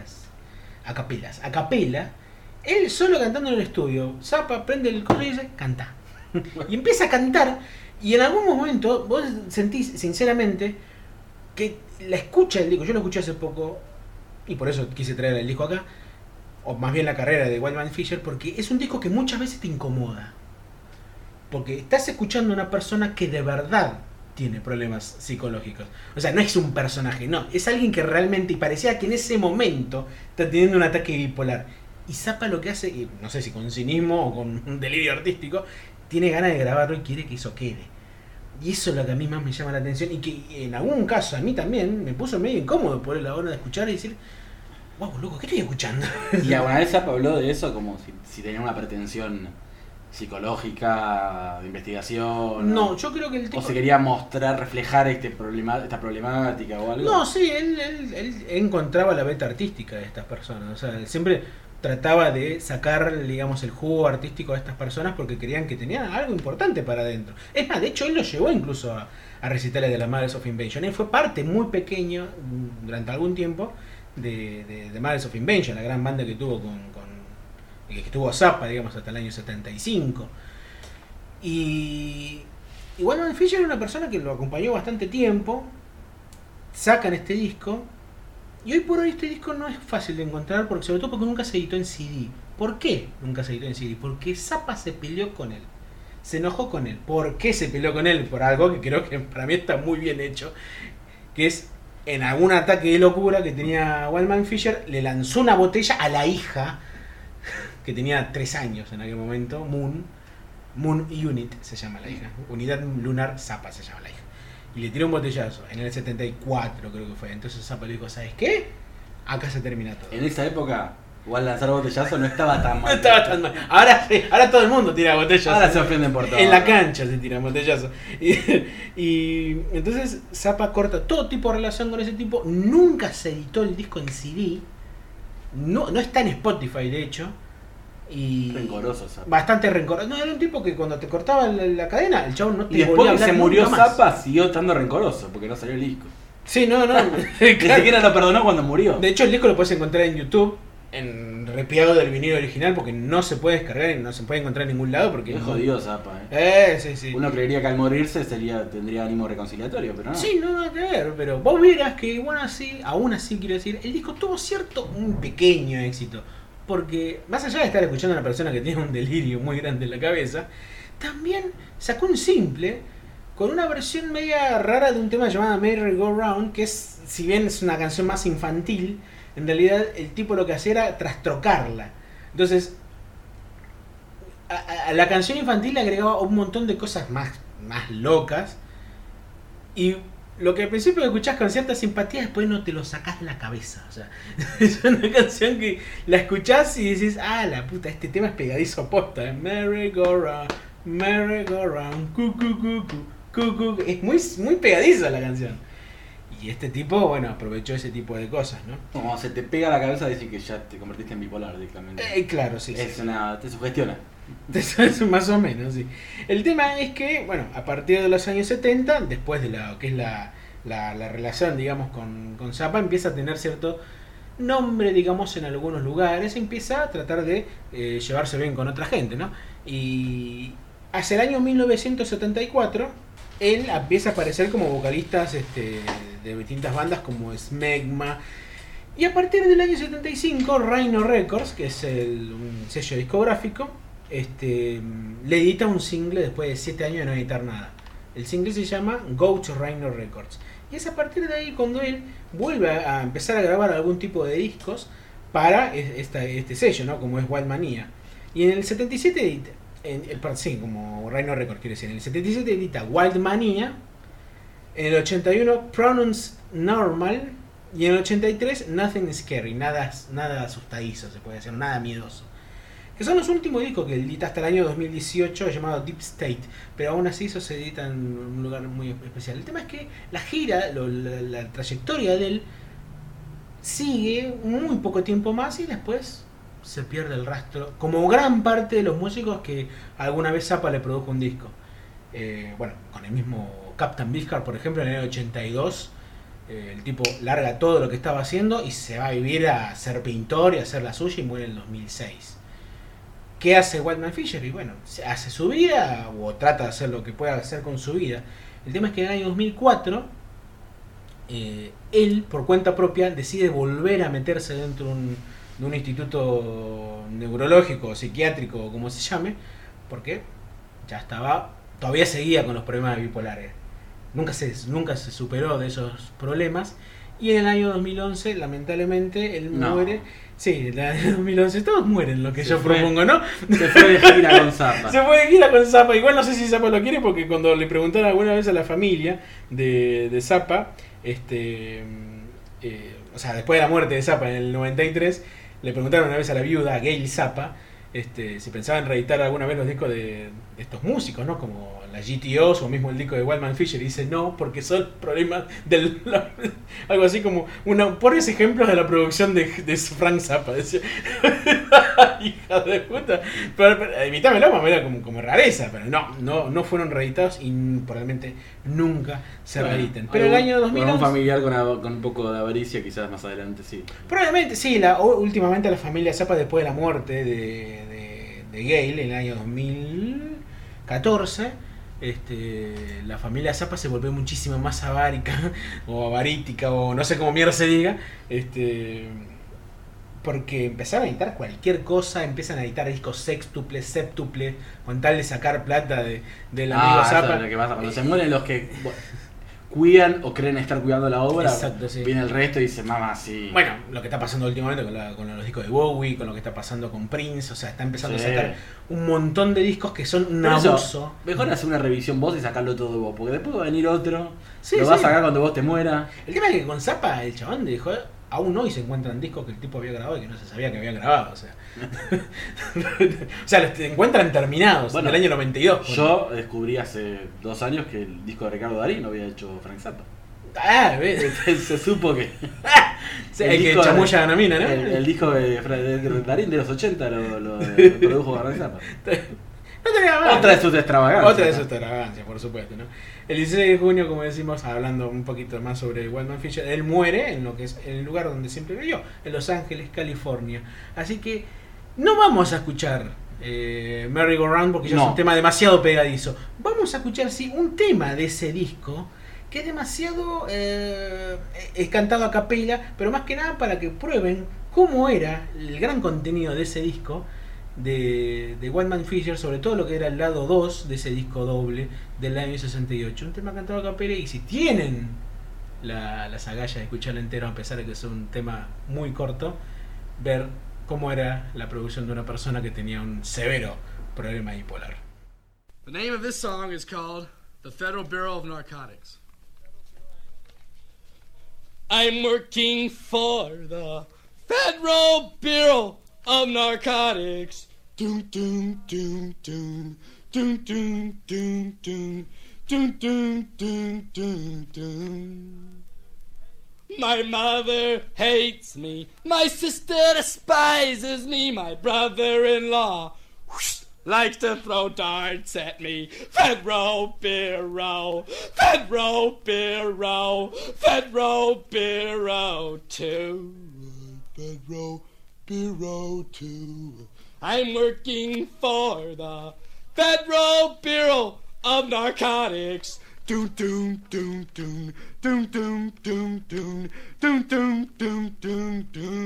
capela. Él solo cantando en el estudio. Zappa prende el coso y dice, canta. Y empieza a cantar. Y en algún momento vos sentís, sinceramente, que la escucha del disco. Yo lo escuché hace poco, y por eso quise traer el disco acá, o más bien la carrera de Waldman Fisher, porque es un disco que muchas veces te incomoda. Porque estás escuchando a una persona que de verdad tiene problemas psicológicos. O sea, no es un personaje, no. Es alguien que realmente, y parecía que en ese momento está teniendo un ataque bipolar. Y Zappa lo que hace, y no sé si con cinismo o con un delirio artístico, tiene ganas de grabarlo y quiere que eso quede. Y eso es lo que a mí más me llama la atención y que en algún caso a mí también me puso medio incómodo por la hora de escuchar y decir, wow, loco, ¿qué estoy escuchando? Y alguna vez Zappa habló de eso como si tenía una pretensión psicológica, de investigación. No, yo creo que el tipo... O se quería mostrar, reflejar esta problemática o algo. No, sí, él encontraba la beta artística de estas personas. O sea, él siempre trataba de sacar, digamos, el jugo artístico de estas personas porque creían que tenían algo importante para adentro. Es más, de hecho, él lo llevó incluso a recitales de las Mothers of Invention. Él fue parte muy pequeño, durante algún tiempo, de Mothers of Invention, la gran banda que tuvo con que tuvo Zappa, digamos, hasta el año 75. Y Wyman Fisher era una persona que lo acompañó bastante tiempo. Sacan este disco. Y hoy por hoy este disco no es fácil de encontrar, porque sobre todo porque nunca se editó en CD. ¿Por qué nunca se editó en CD? Porque Zappa se peleó con él. Se enojó con él. ¿Por qué se peleó con él? Por algo que creo que para mí está muy bien hecho. Que es en algún ataque de locura que tenía Wyman Fisher, le lanzó una botella a la hija, que tenía 3 años en aquel momento, Moon Unit se llama la hija. Unidad Lunar Zappa se llama la hija. Y le tiró un botellazo en el 74 creo que fue. Entonces Zappa le dijo, ¿sabes qué? Acá se termina todo. En esa época, igual lanzar botellazo no estaba tan mal. No estaba tan mal. Ahora sí, ahora todo el mundo tira botellazos. Ahora se ofenden por todo. En la cancha se tiran botellazos. Y entonces Zappa corta todo tipo de relación con ese tipo. Nunca se editó el disco en CD. No está en Spotify, de hecho. Y Rencoroso, Zappa. bastante rencoroso. No, era un tipo que cuando te cortaba la cadena, el chavo no te Y volvía a después que hablar se murió nunca más. Zappa, siguió estando rencoroso, porque no salió el disco. Sí, no. Ni siquiera lo perdonó cuando murió. De hecho, el disco lo puedes encontrar en YouTube, en repiado del vinilo original, porque no se puede descargar y no se puede encontrar en ningún lado. Porque Es jodido Zappa, eh. Sí. Uno creería que al morirse tendría ánimo reconciliatorio, pero no. Sí, no nada que ver, pero vos verás que aún así quiero decir, el disco tuvo un pequeño éxito. Porque más allá de estar escuchando a una persona que tiene un delirio muy grande en la cabeza, también sacó un simple con una versión media rara de un tema llamado Merry Go Round, que es, si bien es una canción más infantil, en realidad el tipo lo que hacía era trastrocarla. Entonces, a la canción infantil le agregaba un montón de cosas más locas. Y lo que al principio escuchás con cierta simpatía, después no te lo sacás de la cabeza. O sea, es una canción que la escuchás y dices, ah, la puta, este tema es pegadizo posta. Merry Go Round, cu, cu, cu, cu, cu, cu. Es muy pegadiza la canción. Y este tipo, bueno, aprovechó ese tipo de cosas, ¿no? Como se te pega a la cabeza, decir que ya te convertiste en bipolar directamente. Claro, sí. Te sugestiona. Eso es más o menos, sí. El tema es que, bueno, a partir de los años 70, después de lo que es la relación, digamos, con Zappa, empieza a tener cierto nombre, digamos, en algunos lugares, empieza a tratar de llevarse bien con otra gente, ¿no? Y hacia el año 1974, él empieza a aparecer como vocalistas de distintas bandas como Smegma. Y a partir del año 75, Rhino Records, que es un sello discográfico, le edita un single después de 7 años de no editar nada. El single se llama Go to Rhino Records. Y es a partir de ahí cuando él vuelve a empezar a grabar algún tipo de discos para este sello, ¿no? Como es Wild Mania. Y en el 77 edita, como Rhino Records quiere decir, en el 77 edita Wild Mania, en el 81 Pronouns Normal y en el 83 Nothing Scary, nada asustadizo se puede decir, nada miedoso. Que son los últimos discos que edita hasta el año 2018, llamado Deep State, pero aún así eso se edita en un lugar muy especial. El tema es que la gira, la trayectoria de él sigue muy poco tiempo más y después se pierde el rastro, como gran parte de los músicos que alguna vez Zappa le produjo un disco. Bueno, con el mismo Captain Beefheart, por ejemplo, en el año 82, el tipo larga todo lo que estaba haciendo y se va a vivir a ser pintor y a hacer la suya y muere en el 2006. ¿Qué hace Wyman Fisher? Y bueno, hace su vida o trata de hacer lo que pueda hacer con su vida. El tema es que en el año 2004 él, por cuenta propia, decide volver a meterse dentro de un instituto neurológico, psiquiátrico, o como se llame, porque ya todavía seguía con los problemas bipolares. Nunca se superó de esos problemas. Y en el año 2011, lamentablemente, él muere. Sí, en el año 2011 todos mueren, lo que yo propongo, ¿no? Se fue de gira con Zappa. Se fue de gira con Zappa. Igual no sé si Zappa lo quiere, porque cuando le preguntaron alguna vez a la familia de Zappa, o sea, después de la muerte de Zappa en el 93, le preguntaron una vez a la viuda, a Gail Zappa, si pensaba en reeditar alguna vez los discos de estos músicos, ¿no? Como la GTOs o mismo el disco de Wyman Fisher, y dice no, porque son problemas algo así como por ejemplos de la producción de Frank Zappa, decía. Hija de puta. Pero imitámelo, más o menos como rareza, pero no fueron reeditados y probablemente nunca se reediten. Pero el año 2011... Un familiar con un poco de avaricia, quizás más adelante sí. Probablemente, sí, últimamente la familia Zappa, después de la muerte de Gale en el año 2014, la familia Zappa se volvió muchísimo más avárica, o avarítica, o no sé cómo mierda se diga, porque empezaron a editar cualquier cosa, empiezan a editar discos sextuples, septuples, con tal de sacar plata del amigo Zappa. Eso es lo que pasa. Cuando se mueren los que cuidan o creen estar cuidando la obra, Exacto, sí. Viene el resto y dice, mamá, sí. Bueno, lo que está pasando últimamente con los discos de Bowie, con lo que está pasando con Prince, o sea, está empezando Sí. a sacar un montón de discos que son un Por eso, abuso. mejor hacer una revisión vos y sacarlo todo vos, porque después va a venir otro, Sí, lo sí. vas a sacar cuando vos te mueras. El tema es que con Zappa, el chabón dijo, aún hoy se encuentran discos que el tipo había grabado y que no se sabía que había grabado, o sea. O sea, los encuentran terminados, Bueno, en el año 92. Yo descubrí hace 2 años que el disco de Ricardo Darín lo había hecho Frank Zappa. Ah, ¿ves? Se supo que El que disco chamulla a Anamina, ¿no? el disco de Darín de los 80 lo produjo Frank Zappa. No tenía más. Otra de sus extravagancias. Otra de sus extravagancias, por supuesto, ¿no? El 16 de junio, como decimos, hablando un poquito más sobre Wildman Fisher, él muere en lo que es el lugar donde siempre vivió, en Los Ángeles, California. Así que no vamos a escuchar Merry Go Round porque ya es un tema demasiado pegadizo. Vamos a escuchar, sí, un tema de ese disco que es demasiado es cantado a capella, pero más que nada para que prueben cómo era el gran contenido de ese disco de Wildman Fisher, sobre todo lo que era el lado 2 de ese disco doble del año 68. Un tema cantado a capella, y si tienen las agallas de escucharlo entero, a pesar de que es un tema muy corto, ver cómo era la producción de una persona que tenía un severo problema bipolar. The name of this song is called The Federal Bureau of Narcotics. I'm working for the Federal Bureau of Narcotics. Doom doom doom doom doom doom doom doom doom doom doom doom doom. My mother hates me, my sister despises me, my brother-in-law likes to throw darts at me. Federal Bureau, Federal Bureau, Federal Bureau 2, Federal Bureau 2. I'm working for the Federal Bureau of Narcotics. Doom doom doom doom doom doom doom doom doom doom doom doom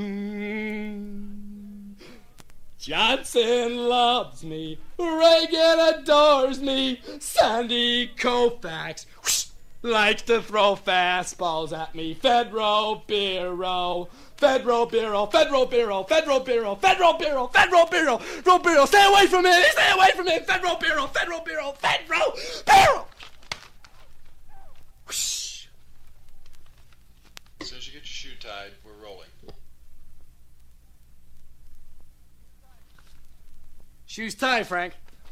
doom. Johnson loves me, Reagan adores me, Sandy Koufax likes to throw fastballs at me. Federal Bureau, Federal Bureau, Federal Bureau, Federal Bureau, Federal Bureau, Federal Bureau, Federal Bureau. Stay away from it! Stay away from it! Federal Bureau, Federal Bureau, Federal Bureau. As soon as you get your shoe tied, we're rolling. Shoes tied, Frank.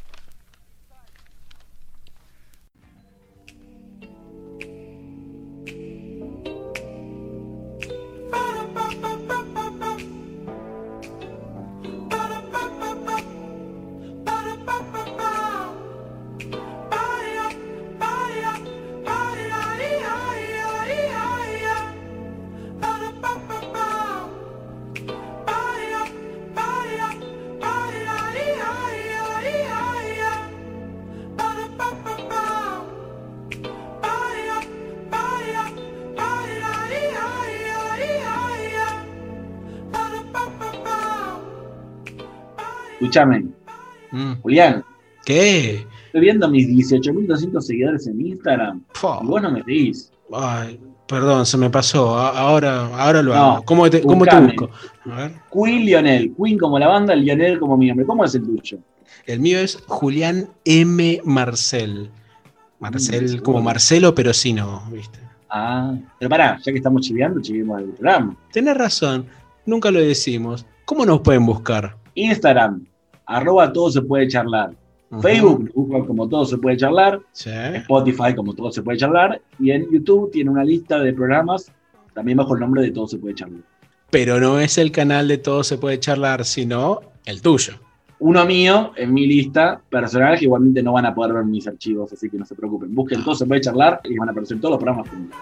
Escúchame, Julián, ¿Qué? estoy viendo mis 18.200 seguidores en Instagram Fua. y vos no me seguís. Ay, perdón, se me pasó. Ahora lo No, hago. ¿Cómo te buscame. busco? A ver. Queen Lionel, Queen como la banda, Lionel como mi nombre. ¿Cómo es el tuyo? El mío es Julián M. Marcel. Marcel seguro. como Marcelo, pero sí no, ¿viste? Ah, pero pará, ya que estamos chiviando, chivimos el programa. Tenés razón, nunca lo decimos. ¿Cómo nos pueden buscar? Instagram, @todo se puede charlar. Ujú. Facebook, buscan como todo se puede charlar. Sí. Spotify, como todo se puede charlar. Y en YouTube tiene una lista de programas, también bajo el nombre de Todo se puede charlar. Pero no es el canal de Todo se puede charlar, sino El tuyo. Uno mío en mi lista personal, que igualmente no van a poder ver mis archivos, así que no se preocupen. Busquen todo, se puede charlar y van a aparecer todos los programas juntos.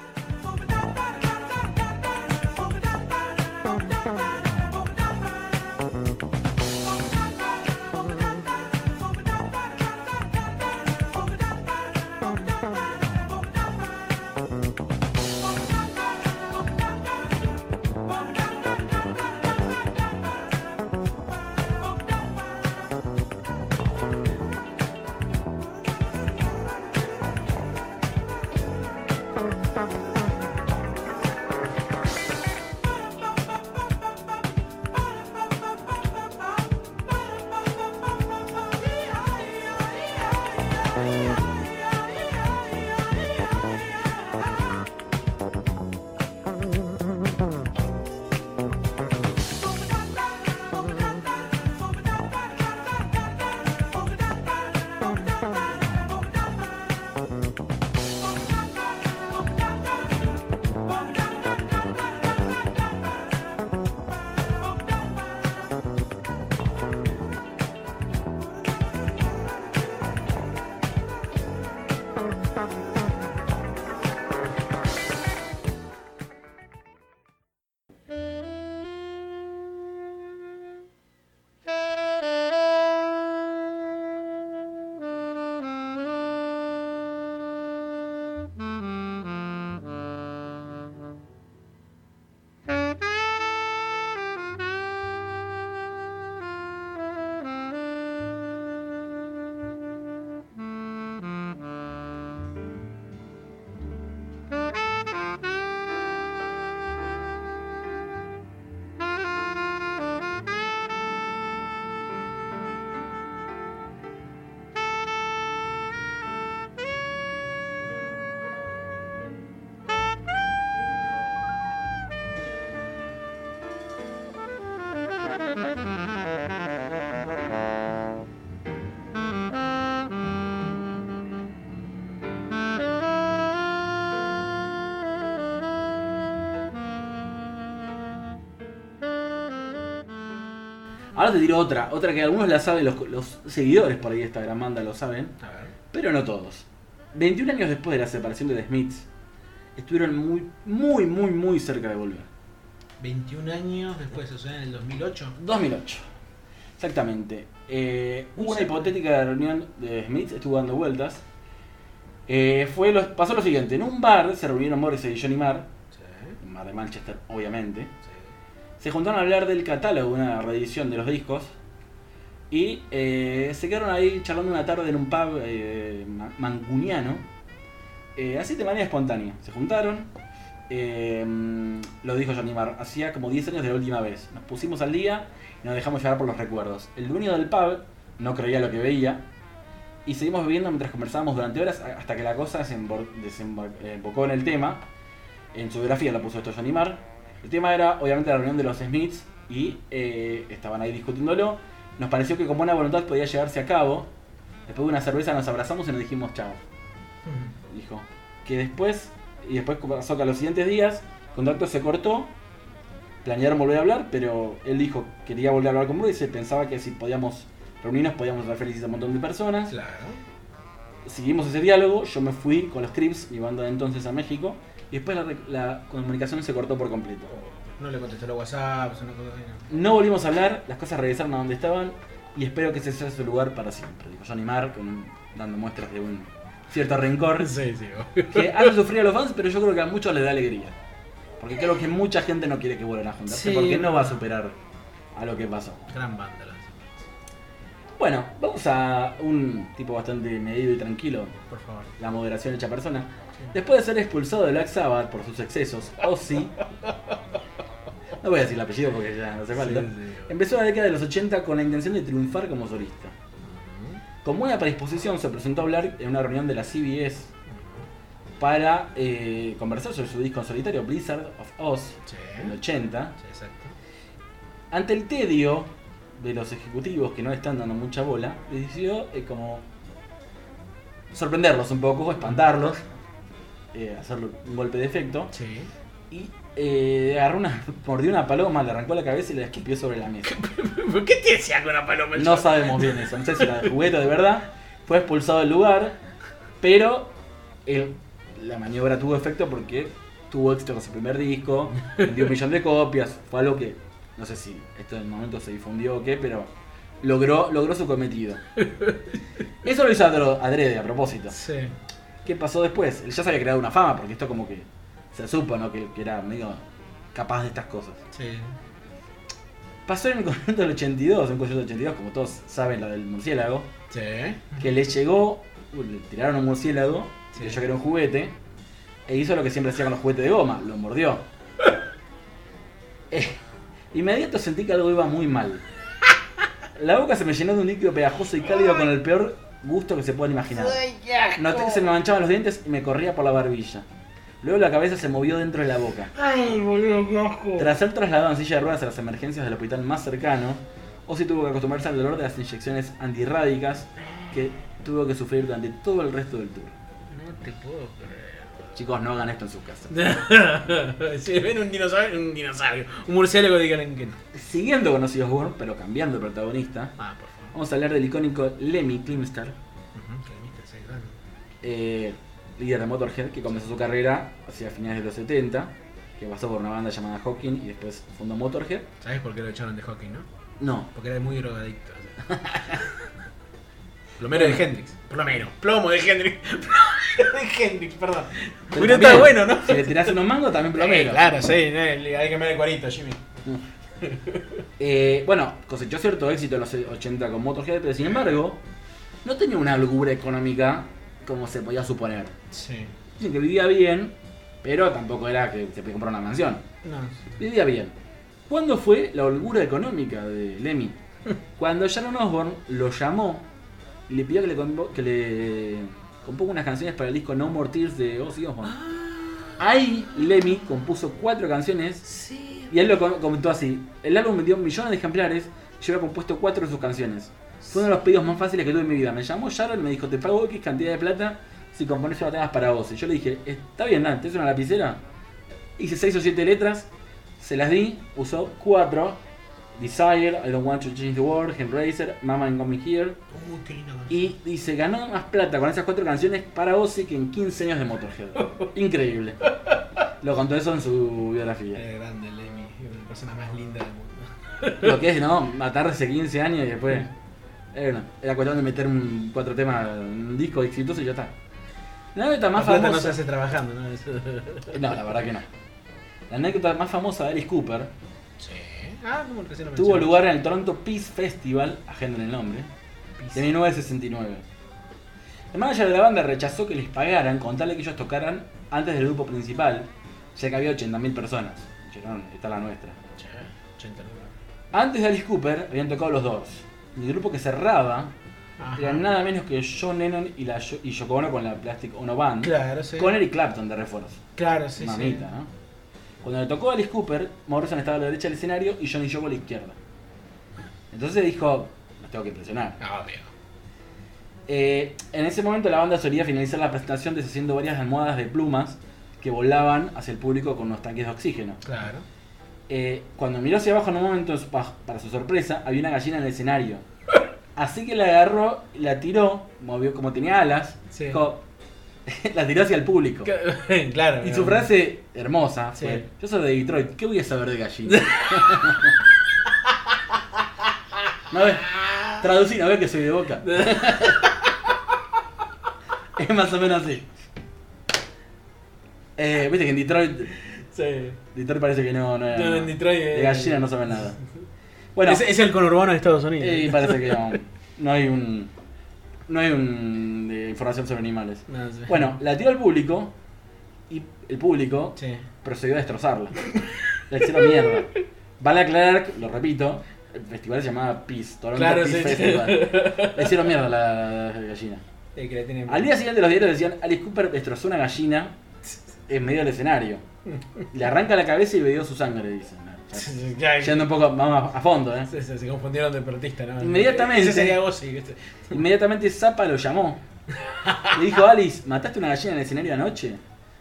Ahora te tiro otra que algunos la saben, los seguidores por ahí de esta gran banda lo saben, A ver. pero no todos. 21 años después de la separación de The Smiths, estuvieron muy cerca de volver. 21 años después, o sea, en el 2008. 2008, exactamente. Hubo una hipotética reunión de Smiths, estuvo dando vueltas. Pasó lo siguiente, en un bar se reunieron Morrissey y Johnny Marr, Sí, un bar de Manchester obviamente. sí. Se juntaron a hablar del catálogo, una reedición de los discos. Y se quedaron ahí charlando una tarde en un pub mancuniano. Así de manera espontánea. Se juntaron. Lo dijo Johnny Marr. Hacía como 10 años de la última vez. Nos pusimos al día y nos dejamos llevar por los recuerdos. El dueño del pub no creía lo que veía. Y seguimos bebiendo mientras conversábamos durante horas hasta que la cosa desembocó en el tema. En su biografía lo puso esto Johnny Marr. El tema era obviamente la reunión de los Smiths y estaban ahí discutiéndolo. Nos pareció que con buena voluntad podía llevarse a cabo. Después de una cerveza nos abrazamos y nos dijimos chao. Dijo que después pasó que a los siguientes días el contacto se cortó. Planearon volver a hablar, pero él dijo que quería volver a hablar con Bruce y pensaba que si podíamos reunirnos podíamos hacer felices a un montón de personas. Claro. Seguimos ese diálogo, yo me fui con los Crips, mi banda de entonces, a México. Y después la comunicación se cortó por completo. No le contestó los WhatsApp, una cosa así. No volvimos a hablar, las cosas regresaron a donde estaban y espero que ese sea su lugar para siempre. Dijo Johnny Marr, dando muestras de un cierto rencor Sí. que hace sufrir a los fans, pero yo creo que a muchos les da alegría. Porque creo que mucha gente no quiere que vuelvan a juntarse Sí, porque no va a superar a lo que pasó. Gran banda, la Bueno, vamos a un tipo bastante medido y tranquilo, por favor. la moderación hecha persona. Después de ser expulsado de Black Sabbath por sus excesos, Ozzy, no voy a decir el apellido porque ya no hace falta, empezó la década de los 80 con la intención de triunfar como solista. Con buena predisposición se presentó a hablar en una reunión de la CBS para conversar sobre su disco en solitario, Blizzard of Oz, Sí. en el 80. Sí, exacto. Ante el tedio de los ejecutivos que no le están dando mucha bola, decidió como sorprenderlos un poco, espantarlos, hacerle un golpe de efecto. Sí. y mordió una paloma, le arrancó la cabeza y la escupió sobre la mesa. ¿Por qué te decía con la paloma? No sabemos bien eso, no sé si era de juguete de verdad. Fue expulsado del lugar, pero la maniobra tuvo efecto porque tuvo éxito con su primer disco, vendió 1 millón de copias, fue algo que, no sé si esto en el momento se difundió o qué, pero logró su cometido. Eso lo hizo adrede, a propósito. Sí. ¿Qué pasó después? Él ya se había creado una fama, porque esto como que se supo, ¿no? que era medio capaz de estas cosas. Sí. Pasó en el concierto del 82, un concierto del 82, como todos saben, la del murciélago, Sí. que le llegó, le tiraron un murciélago, Sí. creyó que era un juguete, e hizo lo que siempre hacía con los juguetes de goma, lo mordió. Inmediato sentí que algo iba muy mal. La boca se me llenó de un líquido pegajoso y cálido con el peor gusto que se puedan imaginar. Noté que se me manchaban los dientes y me corría por la barbilla. Luego la cabeza se movió dentro de la boca. Ay, boludo, qué asco. Tras ser trasladado en silla de ruedas a las emergencias del hospital más cercano, Ozzy tuvo que acostumbrarse al dolor de las inyecciones antirrádicas que tuvo que sufrir durante todo el resto del tour. No te puedo creer. Chicos, no hagan esto en sus casas. Si ven un dinosaurio, un murciélago, díganle que no. Siguiendo con Ozzy Osbourne, pero cambiando de protagonista, Por favor. vamos a hablar del icónico Lemmy Kilmister, líder de Motorhead, que comenzó su carrera hacia finales de los 70, que pasó por una banda llamada Hawking y después fundó Motorhead. ¿Sabes por qué lo echaron de hockey, no? No, Porque era muy drogadicto. Plomero de Hendrix. Plomo de Hendrix. Plomero de Hendrix, perdón. pero Pero también, está bueno, ¿no? Si le tirás unos mangos, también plomero. Claro, sí, hay que ver el cuarito, Jimmy. Bueno, cosechó cierto éxito en los 80 con Motorhead, pero sin embargo, no tenía una holgura económica como se podía suponer. Sí. Dicen que vivía bien, pero tampoco era que se podía comprar una mansión. No. Vivía bien. ¿Cuándo fue la holgura económica de Lemmy? Cuando Sharon Osbourne lo llamó y le pidió que le componga unas canciones para el disco No More Tears de Ozzy Osbourne. Ahí Lemmy compuso 4 canciones. Sí. Y él lo comentó así: el álbum vendió millones de ejemplares y yo había compuesto 4 de sus canciones. Fue uno de los pedidos más fáciles que tuve en mi vida. Me llamó Sharon y me dijo: te pago X cantidad de plata si compones unos temas para vos. Y yo le dije: está bien, ¿te es una lapicera? Hice 6 o 7 letras, se las di, usó 4. Desire, I Don't Want to Change the World, Hellraiser, Mama Ain't Got Me Here. Qué lindo. Y dice: ganó más plata con esas 4 canciones para Ozzy que en 15 años de Motorhead. Increíble. Lo contó eso en su biografía. Era grande Lemmy, una persona más linda del mundo. Lo que es, ¿no? Matarse 15 años y después. Era cuestión de meter 4 temas en un disco exitoso y ya está. La anécdota más La plata famosa. no se hace trabajando, ¿no? No, la verdad que no. La anécdota más famosa de Alice Cooper Sí. Como recién lo tuvo mencioné. lugar en el Toronto Peace Festival, agenda en el nombre, de 1969. El manager de la banda rechazó que les pagaran con tal de que ellos tocaran antes del grupo principal, ya que había 80.000 personas. Dijeron: esta es la nuestra. Che, 80 lucas. Antes de Alice Cooper habían tocado los Doors. Y el grupo que cerraba era nada menos que John Lennon y Yoko Ono con la Plastic Ono Band, Claro, sí. con Eric Clapton de refuerzo. Claro, sí, Mamita, sí. ¿no? Cuando le tocó a Alice Cooper, Morrison estaba a la derecha del escenario y John y Yoko a la izquierda. Entonces dijo: los tengo que impresionar. Obvio. En ese momento la banda solía finalizar la presentación deshaciendo varias almohadas de plumas que volaban hacia el público con unos tanques de oxígeno. Claro. Cuando miró hacia abajo en un momento, para su sorpresa, había una gallina en el escenario. Así que la agarró, la tiró, movió como tenía alas, Sí. dijo, la tiró hacia el público. Claro. Y su frase hermosa Sí. fue: yo soy de Detroit, ¿qué voy a saber de gallinas? ¿No ves? Traducí, ¿no ves que soy de Boca? Es más o menos así. Viste que en Detroit Sí. parece que no era. No, en Detroit, de gallinas no saben nada. Bueno, Es el conurbano de Estados Unidos. parece que no hay de información sobre animales. No sé. Bueno, la tiró al público y el público Sí. procedió a destrozarla. La hicieron mierda. Vale aclarar, lo repito, el festival se llamaba Peace, Toronto Claro, Peace sí, sí. Festival. Le hicieron mierda a la gallina. Que le tienen... Al día siguiente los diarios decían: Alice Cooper destrozó una gallina en medio del escenario. Le arranca la cabeza y bebió su sangre, dicen. Yendo un poco, vamos a fondo, Se confundieron de deportista, ¿no? Inmediatamente. Ese sería Ozzy, ¿viste? Inmediatamente Zappa lo llamó. Le dijo: Alice, ¿mataste una gallina en el escenario anoche?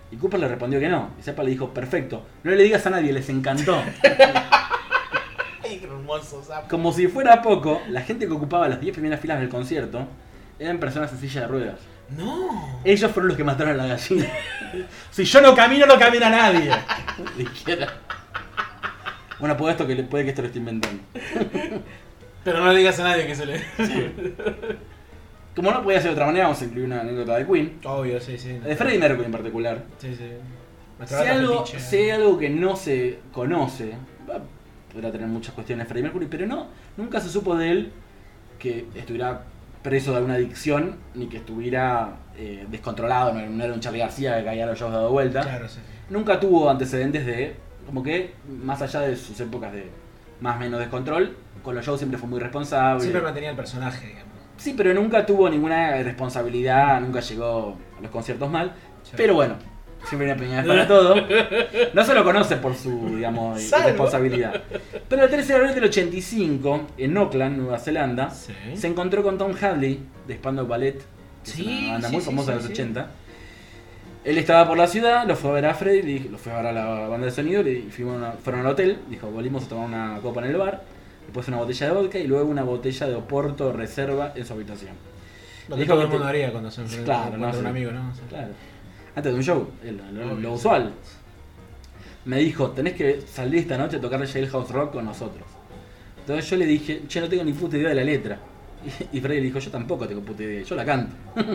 Y Cooper le respondió que no. Y Zappa le dijo, perfecto, no le digas a nadie, les encantó. Ay, qué hermoso, Zappa. Como si fuera poco, la gente que ocupaba las 10 primeras filas del concierto eran personas en silla de ruedas. No. Ellos fueron los que mataron a la gallina. Si yo no camino, no camina nadie. Dijera. Bueno, puede que esto lo esté inventando. Pero no le digas a nadie que se le... Como no podía ser de otra manera, vamos a incluir una anécdota de Queen. Obvio, sí. De Freddie Mercury en particular. Sí. Si hay algo que no se conoce, podrá tener muchas cuestiones Freddie Mercury, pero nunca se supo de él que estuviera preso de alguna adicción, ni que estuviera descontrolado, no era un Charly García que caía a los shows dado vuelta. Claro, sí. Nunca tuvo antecedentes de, como que, más allá de sus épocas de más o menos descontrol, con los shows siempre fue muy responsable. Siempre mantenía el personaje, digamos. Sí, pero nunca tuvo ninguna responsabilidad, nunca llegó a los conciertos mal. Sí. Pero bueno, siempre hay opiniones para todo. No se lo conoce por su, digamos, responsabilidad. Pero el 13 de abril del 85, en Auckland, Nueva Zelanda, Sí. se encontró con Tom Hadley de Spandau Ballet, que Sí, es una banda sí, muy sí, famosa de sí, los sí. 80. Él estaba por la ciudad, lo fue a ver a Freddy, lo fue a ver a la banda de sonido, y fueron al hotel, dijo, volvimos a tomar una copa en el bar, después una botella de vodka y luego una botella de Oporto reserva en su habitación. Lo que Dijo todo que el mundo te- haría cuando se enfrenta Claro, contra no, un sí. amigo, ¿no? Sí. Claro. Antes de un show, lo Obvio. usual. Me dijo, tenés que salir esta noche a tocar Jailhouse Rock con nosotros. Entonces yo le dije, che, no tengo ni puta idea de la letra. Y Freddy le dijo, yo tampoco tengo puta idea, yo la canto.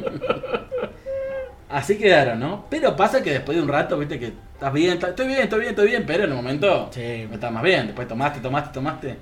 Así quedaron, ¿no? Pero pasa que después de un rato, viste que estás bien, estoy bien, pero en el momento Sí. no estás más bien. Después tomaste.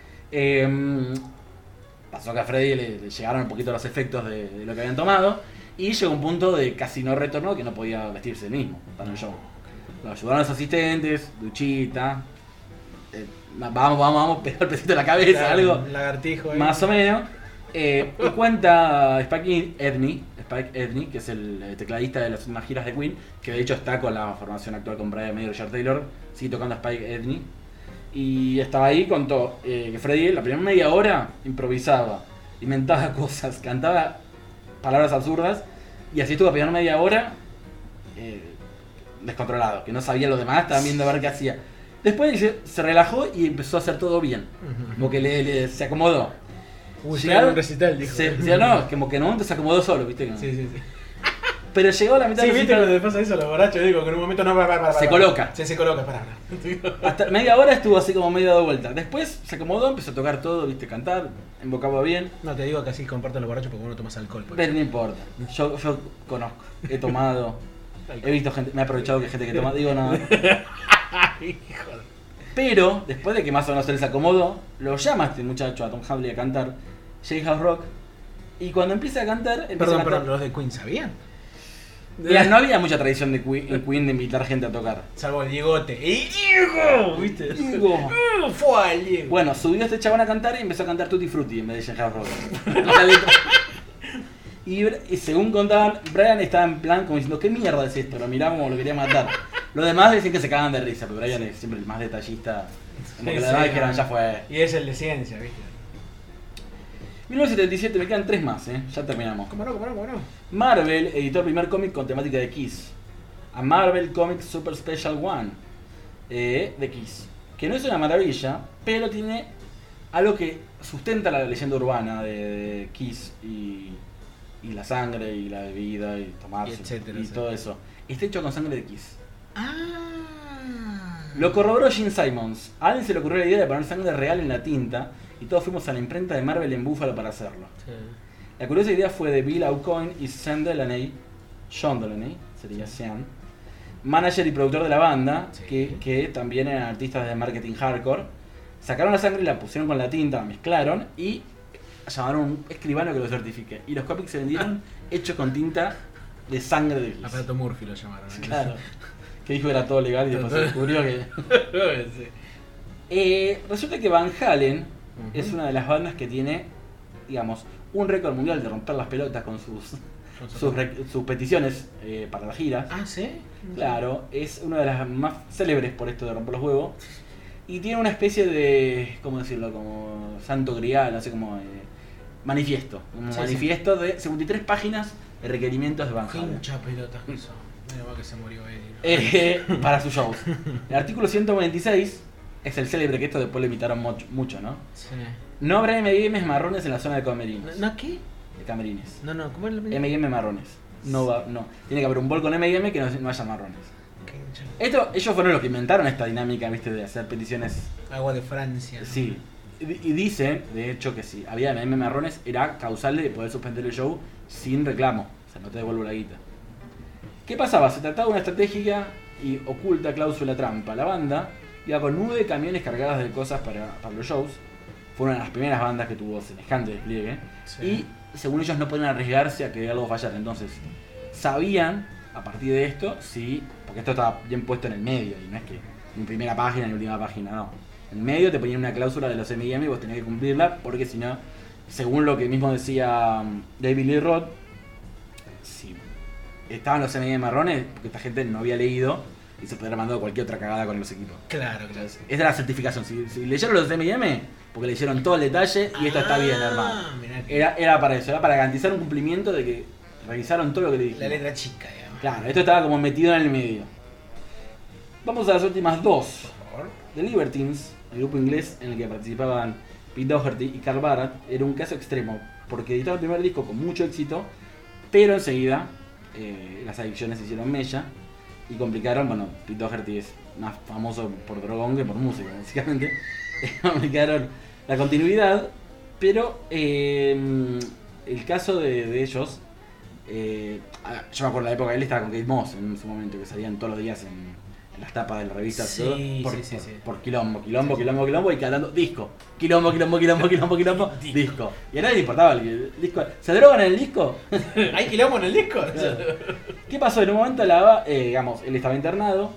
Pasó que a Freddy le llegaron un poquito los efectos de lo que habían tomado. Y llegó un punto de casi no retorno que no podía vestirse él mismo para el show. Lo ayudaron los asistentes, duchita. Vamos, pegar el pesito en la cabeza, Claro, algo. un lagartijo ahí. Más o menos. Y cuenta Spike Edney, que es el tecladista de las últimas giras de Queen, que de hecho está con la formación actual con Brian May y Roger Taylor, sigue tocando a Spike Edney. Y estaba ahí, contó que Freddie la primera media hora improvisaba, inventaba cosas, cantaba palabras absurdas, y así estuvo la primera media hora descontrolado, que no sabía los demás, estaban viendo a ver qué hacía. Después se relajó y empezó a hacer todo bien, como que se acomodó. Uy, Llegaron- un recital, dijo. No, como que en un momento se acomodó solo, ¿viste? Sí. Pero llegó a la mitad Sí, del viste recital, cuando le pasa eso a los borrachos, digo, que en un momento no para. Se coloca. Sí, se coloca, para. hasta media hora estuvo así como media de vuelta. Después se acomodó, empezó a tocar todo, viste, cantar, embocaba bien. No, te digo que así comparten los borrachos porque vos no tomas alcohol. Por Pero no importa, yo conozco, he tomado, he visto gente, me he aprovechado que gente que toma, digo no. Ay, hijo de... Pero después de que más o menos él se acomodó, lo llama a este muchacho, a Tom Hadley, a cantar Jailhouse Rock. Y cuando empieza a cantar, empieza a cantar. Perdón, los de Queen sabían. Mira, no había mucha tradición de Queen de invitar gente a tocar. Salvo el Diegote. ¡Y Diego! ¿Viste? Diego. Fue el Diego. Bueno, subió este chabón a cantar y empezó a cantar Tutti Frutti en vez de Jailhouse Rock. La letra. Y según contaban, Brian estaba en plan como diciendo, ¿qué mierda es esto? Lo miraba como lo quería matar. Los demás decían que se cagaban de risa, pero Brian es siempre el más detallista. Como que los demás dijeron, ya fue. Y es el de ciencia, ¿viste? 1977, me quedan 3 más, ya terminamos. ¿Cómo no? Marvel editó el primer cómic con temática de Kiss. A Marvel Comics Super Special One de Kiss. Que no es una maravilla, pero tiene algo que sustenta la leyenda urbana de Kiss y la sangre y la bebida y tomarse Y etcétera, y etcétera. todo eso. Está hecho con sangre de Kiss. Ah. Lo corroboró Gene Simons. A alguien se le ocurrió la idea de poner sangre real en la tinta y todos fuimos a la imprenta de Marvel en Buffalo para hacerlo. La curiosa idea fue de Bill Aucoin y Sean Delaney, sería Sean, manager y productor de la banda, Sí. que también eran artistas de marketing hardcore. Sacaron la sangre y la pusieron con la tinta, la mezclaron y llamaron a un escribano que lo certifique. Y los cómics se vendieron hechos con tinta de sangre de Kiss. Aparato Murphy lo llamaron. ¿eh? Claro. Que dijo que era todo legal y después se descubrió que... Sí. Resulta que Van Halen es una de las bandas que tiene, digamos, un récord mundial de romper las pelotas con sus peticiones para la gira. Ah, ¿sí? Claro, es una de las más célebres por esto de romper los huevos. Y tiene una especie de, ¿cómo decirlo? Como santo grial, no sé, como manifiesto. Un Sí, manifiesto de 53 páginas de requerimientos de Van Qué Halen. hincha pelotas que son. Menos mal que se murió Eddie. para sus shows. El artículo 126 es el célebre que esto después lo imitaron mucho, ¿no? Sí. No habrá M&M's marrones en la zona de camerines. ¿No qué? De camerines. No, ¿cómo es lo M&M marrones. No. Tiene que haber un bol con M&M que no haya marrones. Ellos fueron los que inventaron esta dinámica, viste, de hacer peticiones. Agua de Francia. ¿no? Sí. Y dice, de hecho, que si había M&M marrones era causal de poder suspender el show sin reclamo. O sea, no te devuelvo la guita. ¿Qué pasaba? Se trataba de una estratégica y oculta cláusula trampa. La banda iba con 9 camiones cargados de cosas para los shows. Fue una de las primeras bandas que tuvo semejante despliegue. Sí. Y según ellos no podían arriesgarse a que algo fallara. Entonces, sabían a partir de esto, sí, porque esto estaba bien puesto en el medio, y no es que en primera página ni última página, no. En el medio te ponían una cláusula de los M&M y vos tenías que cumplirla, porque si no, según lo que mismo decía David Lee Roth, si estaban los M&M marrones, porque esta gente no había leído y se podría haber mandado cualquier otra cagada con los equipos. Claro. Esa era la certificación. Si leyeron los M&M, porque le hicieron todo el detalle y esto está bien, hermano. Mirá que Era para eso, era para garantizar un cumplimiento de que revisaron todo lo que le la dijimos. letra chica, digamos. Claro, esto estaba como metido en el medio. Vamos a las últimas dos. Por favor. The Libertines, el grupo inglés en el que participaban Pete Doherty y Carl Barat, era un caso extremo, porque editaron el primer disco con mucho éxito, pero enseguida las adicciones se hicieron mella y complicaron. Bueno, Pete Doherty es más famoso por drogón que por música, básicamente. Complicaron la continuidad, pero el caso de ellos, yo me acuerdo la época, él estaba con Kate Moss en su momento, que salían todos los días en las tapas de las revistas, Sí, todo, sí. por quilombo, y cantando disco, quilombo, disco. Y a nadie le importaba el disco. ¿Se drogan en el disco? ¿Hay quilombo en el disco? ¿Qué pasó? En un momento digamos, él estaba internado,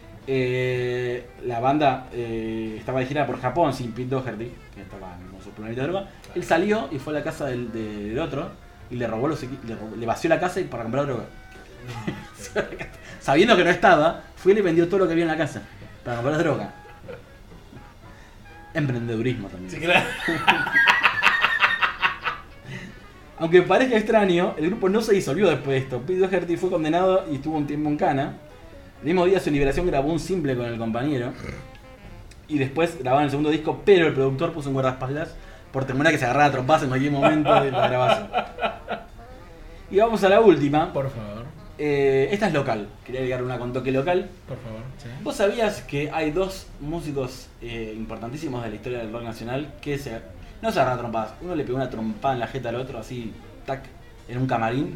la banda estaba de gira por Japón sin Pete Doherty, que estaba en su problemita de droga. Él salió y fue a la casa del otro y le robó le vació la casa para comprar droga. Sabiendo que no estaba, fue y le vendió todo lo que había en la casa para comprar droga. Emprendedurismo también. Sí, claro. Aunque parezca extraño, el grupo no se disolvió después de esto. Pete Doherty fue condenado y estuvo un tiempo en cana. El mismo día de su liberación grabó un simple con el compañero. Y después grabaron el segundo disco, pero el productor puso un guardaespaldas por temor que se agarrara a trompadas en cualquier momento de la grabación. Y vamos a la última. Por favor. Esta es local. Quería agregar una con toque local. Por favor. Sí. ¿Vos sabías que hay dos músicos importantísimos de la historia del rock nacional que no se agarran a trompadas? Uno le pegó una trompada en la jeta al otro, así, tac, en un camarín.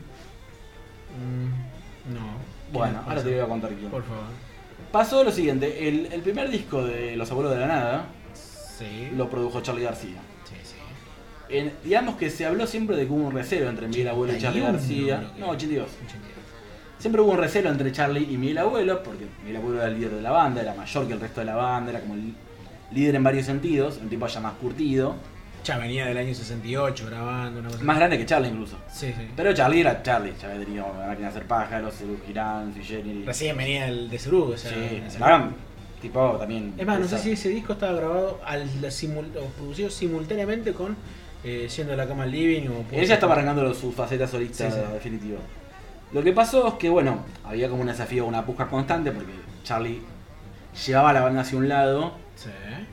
No. Bueno, ahora te voy a contar quién. Por favor. Pasó lo siguiente, el primer disco de Los Abuelos de la Nada Sí. lo produjo Charly García. Sí, sí. Digamos que se habló siempre de que hubo un recelo entre Miguel Abuelo y Charly 81, García. creo que No, era. 82. 82. Siempre hubo un recelo entre Charly y Miguel Abuelo, porque Miguel Abuelo era el líder de la banda, era mayor que el resto de la banda, era como el líder en varios sentidos, un tipo ya más curtido, Ya venía del año 68 grabando una cosa. más grande que Charly incluso. Sí, sí. Pero Charly era Charly, ya había tenido la máquina de hacer pájaros, Cerú Girán, Sui Generis. Recién venía el de Cerú, o sea. Sí, ese- la gran tipo también. Es más, no sé pesado. si ese disco estaba grabado o producido simultáneamente con Siendo de la Cama al Living o... Ella estaba arrancando su faceta solista Sí, sí. definitiva. Lo que pasó es que, bueno, había como un desafío, una puja constante, porque Charly llevaba la banda hacia un lado Sí.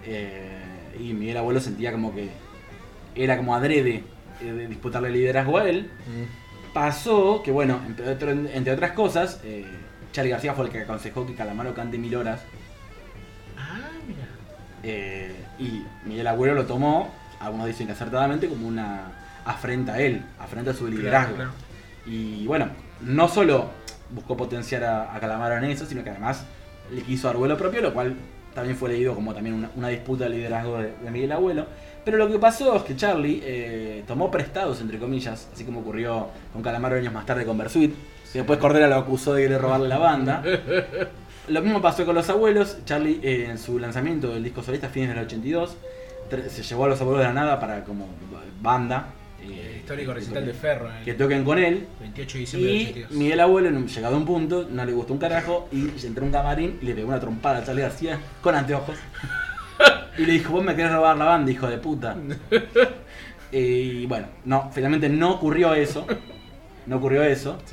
y Miguel Abuelo sentía como que era como adrede de disputarle el liderazgo a él. Pasó que, bueno, entre otras cosas, Charly García fue el que aconsejó que Calamaro cante 1000 horas. Ah, mira. Y Miguel Abuelo lo tomó, algunos dicen que acertadamente, como una afrenta a él, afrenta a su liderazgo. Claro. Y bueno, no solo buscó potenciar a Calamaro en eso, sino que además le quiso dar vuelo propio, lo cual también fue leído como también una disputa de liderazgo de Miguel Abuelo. Pero lo que pasó es que Charly tomó prestados, entre comillas, así como ocurrió con Calamaro años más tarde con Bersuit, que después Cordera lo acusó de querer robarle la banda. Lo mismo pasó con Los Abuelos. Charly en su lanzamiento del disco solista a fines del 82 se llevó a Los Abuelos de la Nada para como banda. Histórico recital de Ferro. Que toquen con él. 28 de diciembre del Y 82. Miguel Abuelo, llegado a un punto, no le gustó un carajo y se entró a un camarín y le pegó una trompada a Charly García con anteojos. Y le dijo, vos me querés robar la banda, hijo de puta. Y bueno, no, finalmente no ocurrió eso. No ocurrió eso. Sí, sí.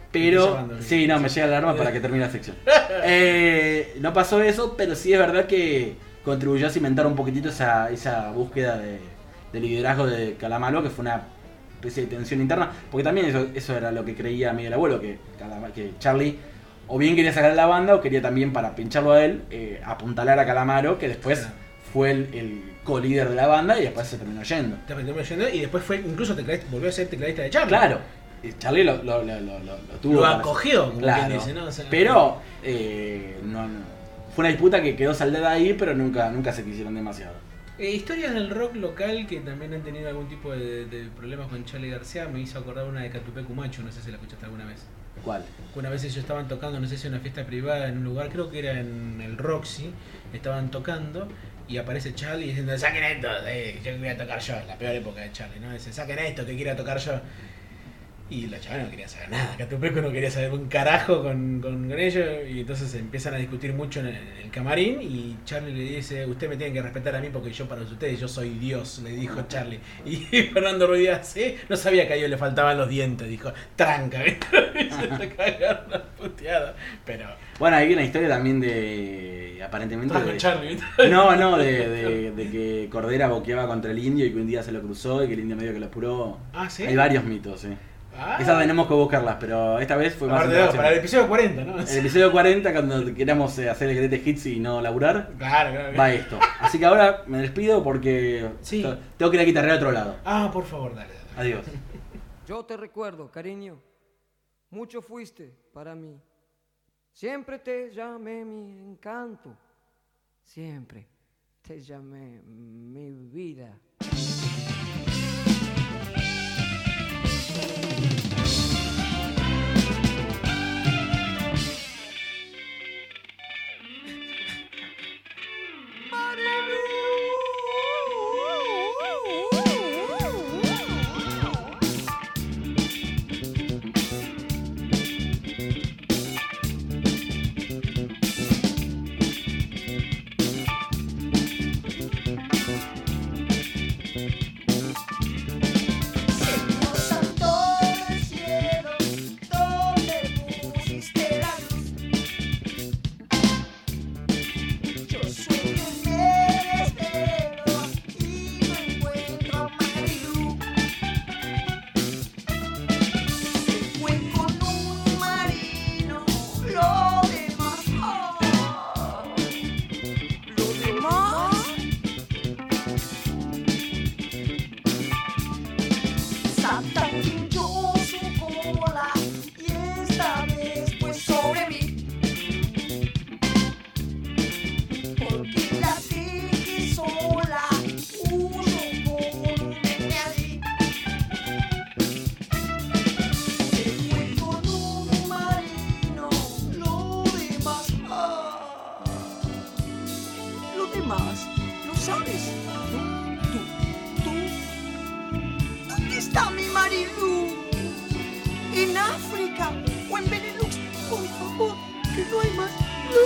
Pero, Llamando, sí, no, me llega la alarma para que termine la sección. No pasó eso, pero sí es verdad que contribuyó a cimentar un poquitito esa búsqueda de liderazgo de Calamaro, que fue una especie de tensión interna, porque también eso era lo que creía Miguel Abuelo, que Charlie o bien quería sacar a la banda o quería también, para pincharlo a él, apuntalar a Calamaro, que después fue el co-líder de la banda y después se terminó yendo. Y después fue, incluso volvió a ser tecladista de Charlie. Claro, Charlie lo tuvo. Lo para- acogió, como claro. quien dice, ¿no? O sea, Pero no. Fue una disputa que quedó saldada ahí, pero nunca se quisieron demasiado. Historias del rock local que también han tenido algún tipo de problemas con Charlie García me hizo acordar una de Catupé Cumacho, no sé si la escuchaste alguna vez. ¿Cuál? Una vez ellos estaban tocando, no sé si en una fiesta privada en un lugar, creo que era en el Roxy, estaban tocando y aparece Charlie diciendo, saquen esto, yo voy a tocar yo, la peor época de Charlie, ¿no? Dice, saquen esto, que quiera tocar yo. Y la chavala no quería saber nada, Catupeco no quería saber un carajo con ellos, y entonces empiezan a discutir mucho en el camarín, y Charlie le dice, usted me tiene que respetar a mí porque yo para ustedes, yo soy Dios, le dijo Charlie. Y Fernando Ruiz dice, no sabía que a ellos le faltaban los dientes, dijo, tranca, y se cagaron la puteada. Pero... Bueno, hay una historia también de. Aparentemente. Estaba con De, Charlie, ¿viste? no, de que Cordera boqueaba contra el indio y que un día se lo cruzó y que el indio medio que lo apuró. Ah, ¿sí? Hay varios mitos, sí. Ah. Esas tenemos que buscarlas, pero esta vez fue más Aparte de dos, para el internacional. episodio 40, ¿no? El episodio 40, cuando queramos hacer el Greatest Hits y no laburar, Claro. va esto. Así que ahora me despido porque Sí. tengo que ir a guitarrear a otro lado. Ah, por favor, dale. Adiós. Yo te recuerdo, cariño, mucho fuiste para mí. Siempre te llamé mi encanto, siempre te llamé mi vida. Señor Santo del cielo, donde pusiste la luz. Yo sueño en el estero y no encuentro a Marilú. Se fue con un marino, lo demás, lo demás. Santa pinchó su cola y esta vez fue sobre mí, porque la dejé sola, uno por un allí. Se fue con un marino, lo demás, ¿lo sabes? Tú. ¿Dónde está mi Marilú? ¿En África o en Benelux? Por favor, que no hay más.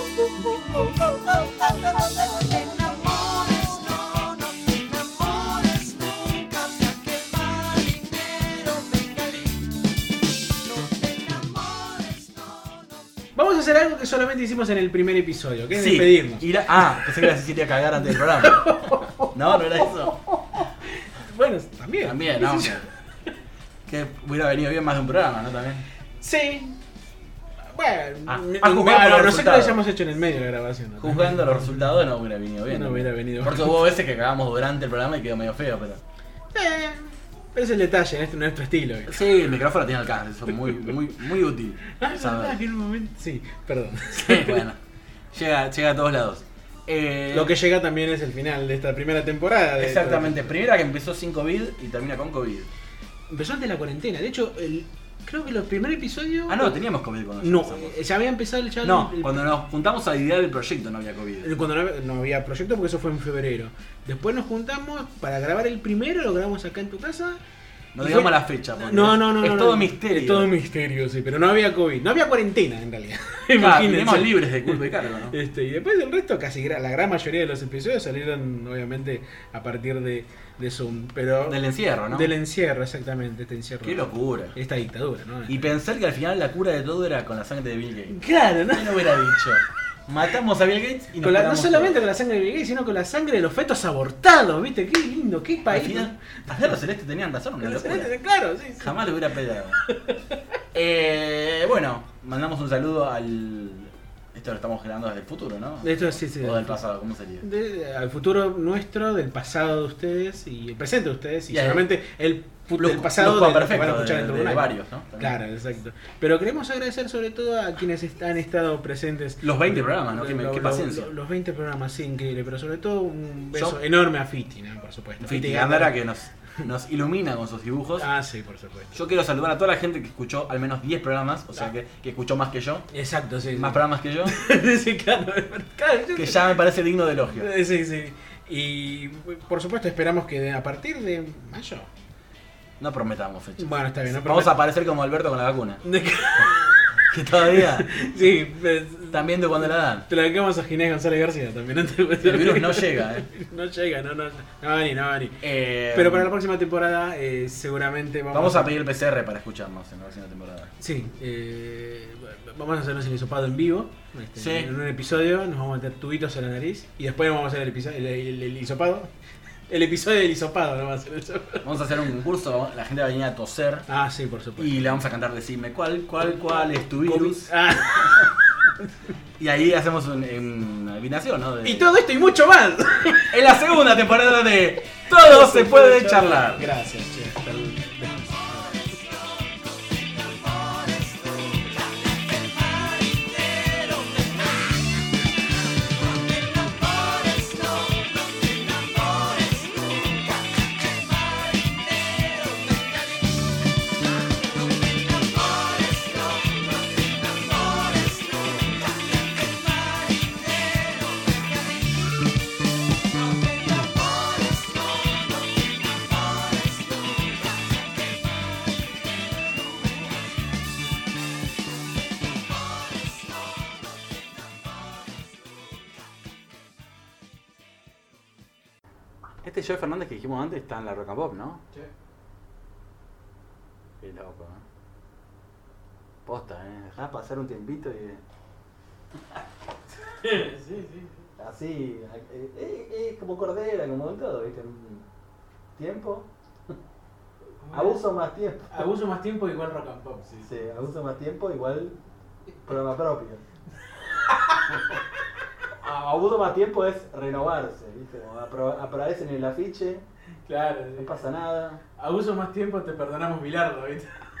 No te enamores, no te enamores nunca de aquel marinero bengalí. No te enamores, no. Vamos a hacer algo que solamente hicimos en el primer episodio, que es Sí, despedirnos. pensé que ibas a decir a cagar antes del programa. No era eso. Bueno, también. También, no. Que hubiera venido bien más de un programa, ¿no? También. Sí. Bueno, a jugar por los no sé qué lo resultados. hayamos hecho en el medio de la grabación. ¿no? Juzgando los resultados no hubiera venido bien. No hubiera venido bien. Porque hubo veces que cagamos durante el programa y quedó medio feo, pero. Pero es el detalle, en nuestro estilo. Sí, el micrófono tiene alcance, eso es muy útil. Es saber. verdad que en un momento. Sí, perdón. Sí, bueno. Llega a todos lados. Lo que llega también es el final de esta primera temporada. Exactamente, primera que empezó sin COVID y termina con COVID. Empezó antes de la cuarentena. De hecho, creo que los primeros episodios. Ah, no, teníamos COVID cuando No, empezamos. ya había empezado ya No, el- cuando nos juntamos a idear el proyecto no había COVID. Cuando no había proyecto, porque eso fue en febrero. Después nos juntamos para grabar el primero, lo grabamos acá en tu casa. No Y digamos fue- la fecha. porque No. Es todo misterio. Es todo misterio, sí, pero no había COVID. No había cuarentena en realidad. Claro, Imagínense. tenemos libres de culpa y cargo, ¿no? Y después el resto, la gran mayoría de los episodios salieron obviamente a partir de Zoom. Pero Del encierro, ¿no? Del encierro, exactamente, este encierro. Qué locura. Esta dictadura, ¿no? Y pensar que al final la cura de todo era con la sangre de Bill Gates. Claro, ¿no? ¿Quién lo hubiera dicho? Matamos a Bill Gates y nos No curamos solamente todos. con la sangre de Bill Gates, sino con la sangre de los fetos abortados, ¿viste? Qué lindo, qué Al país. final, hasta los celestes tenían razón, una Los locura. celestes, claro, sí. Jamás lo hubiera peleado. Bueno, mandamos un saludo al... Esto lo estamos generando desde el futuro, ¿no? Esto sí. O del pasado, ¿cómo sería? Al futuro nuestro, del pasado de ustedes y el presente de ustedes, y Y ahí- seguramente el pasado Los de los que van a perfecto, escuchar dentro de un año. varios, ¿no? También. Claro, exacto. Pero queremos agradecer sobre todo a quienes han estado presentes. Los 20 programas, ¿no? Qué paciencia. Los 20 programas, sí, increíble. Pero sobre todo un beso Yo- enorme a Fiti, ¿no? Por supuesto. Fiti Gándara que nos ilumina con sus dibujos. Ah, sí, por supuesto. Yo quiero saludar a toda la gente que escuchó al menos 10 programas, o sea que escuchó más que yo, Exacto, sí. más programas que yo, sí, claro, claro, yo- que ya me parece digno de elogio. Sí, sí. Y por supuesto esperamos que a partir de mayo. No prometamos fecha. Bueno, está bien, no Vamos a aparecer como Alberto con la vacuna. De que- Que todavía Sí, pues, están viendo cuando la dan. te lo dedicamos a Ginés González García también. El virus no llega, No llega, no va a venir. Pero para la próxima temporada seguramente vamos a pedir el PCR para escucharnos en la próxima temporada. Sí, vamos a hacernos el hisopado en vivo. Sí. En un episodio nos vamos a meter tubitos en la nariz y después vamos a hacer el hisopado. El episodio del hisopado, no va a ser eso. Vamos a hacer un concurso, la gente va a venir a toser Ah, sí, por supuesto. y le vamos a cantar decime cuál es tu virus. Ah, Y ahí hacemos una adivinación, ¿no? y todo esto y mucho más. En la segunda temporada de Todo se puede charlar. Gracias, che. Hasta luego. Este Joey Fernández que dijimos antes está en la Rock and Pop, ¿no? Sí. Qué loco, Posta, Dejá pasar un tiempito y... Sí. Así, como Cordera, como en todo, ¿viste? Tiempo. Abuso más tiempo. Abuso más tiempo igual rock and pop, sí. Sí, abuso más tiempo igual programa propio. Abuso más tiempo es renovarse, ¿viste? Como aparece en el afiche, Claro. no pasa nada. Abuso más tiempo te perdonamos Bilardo, ¿viste?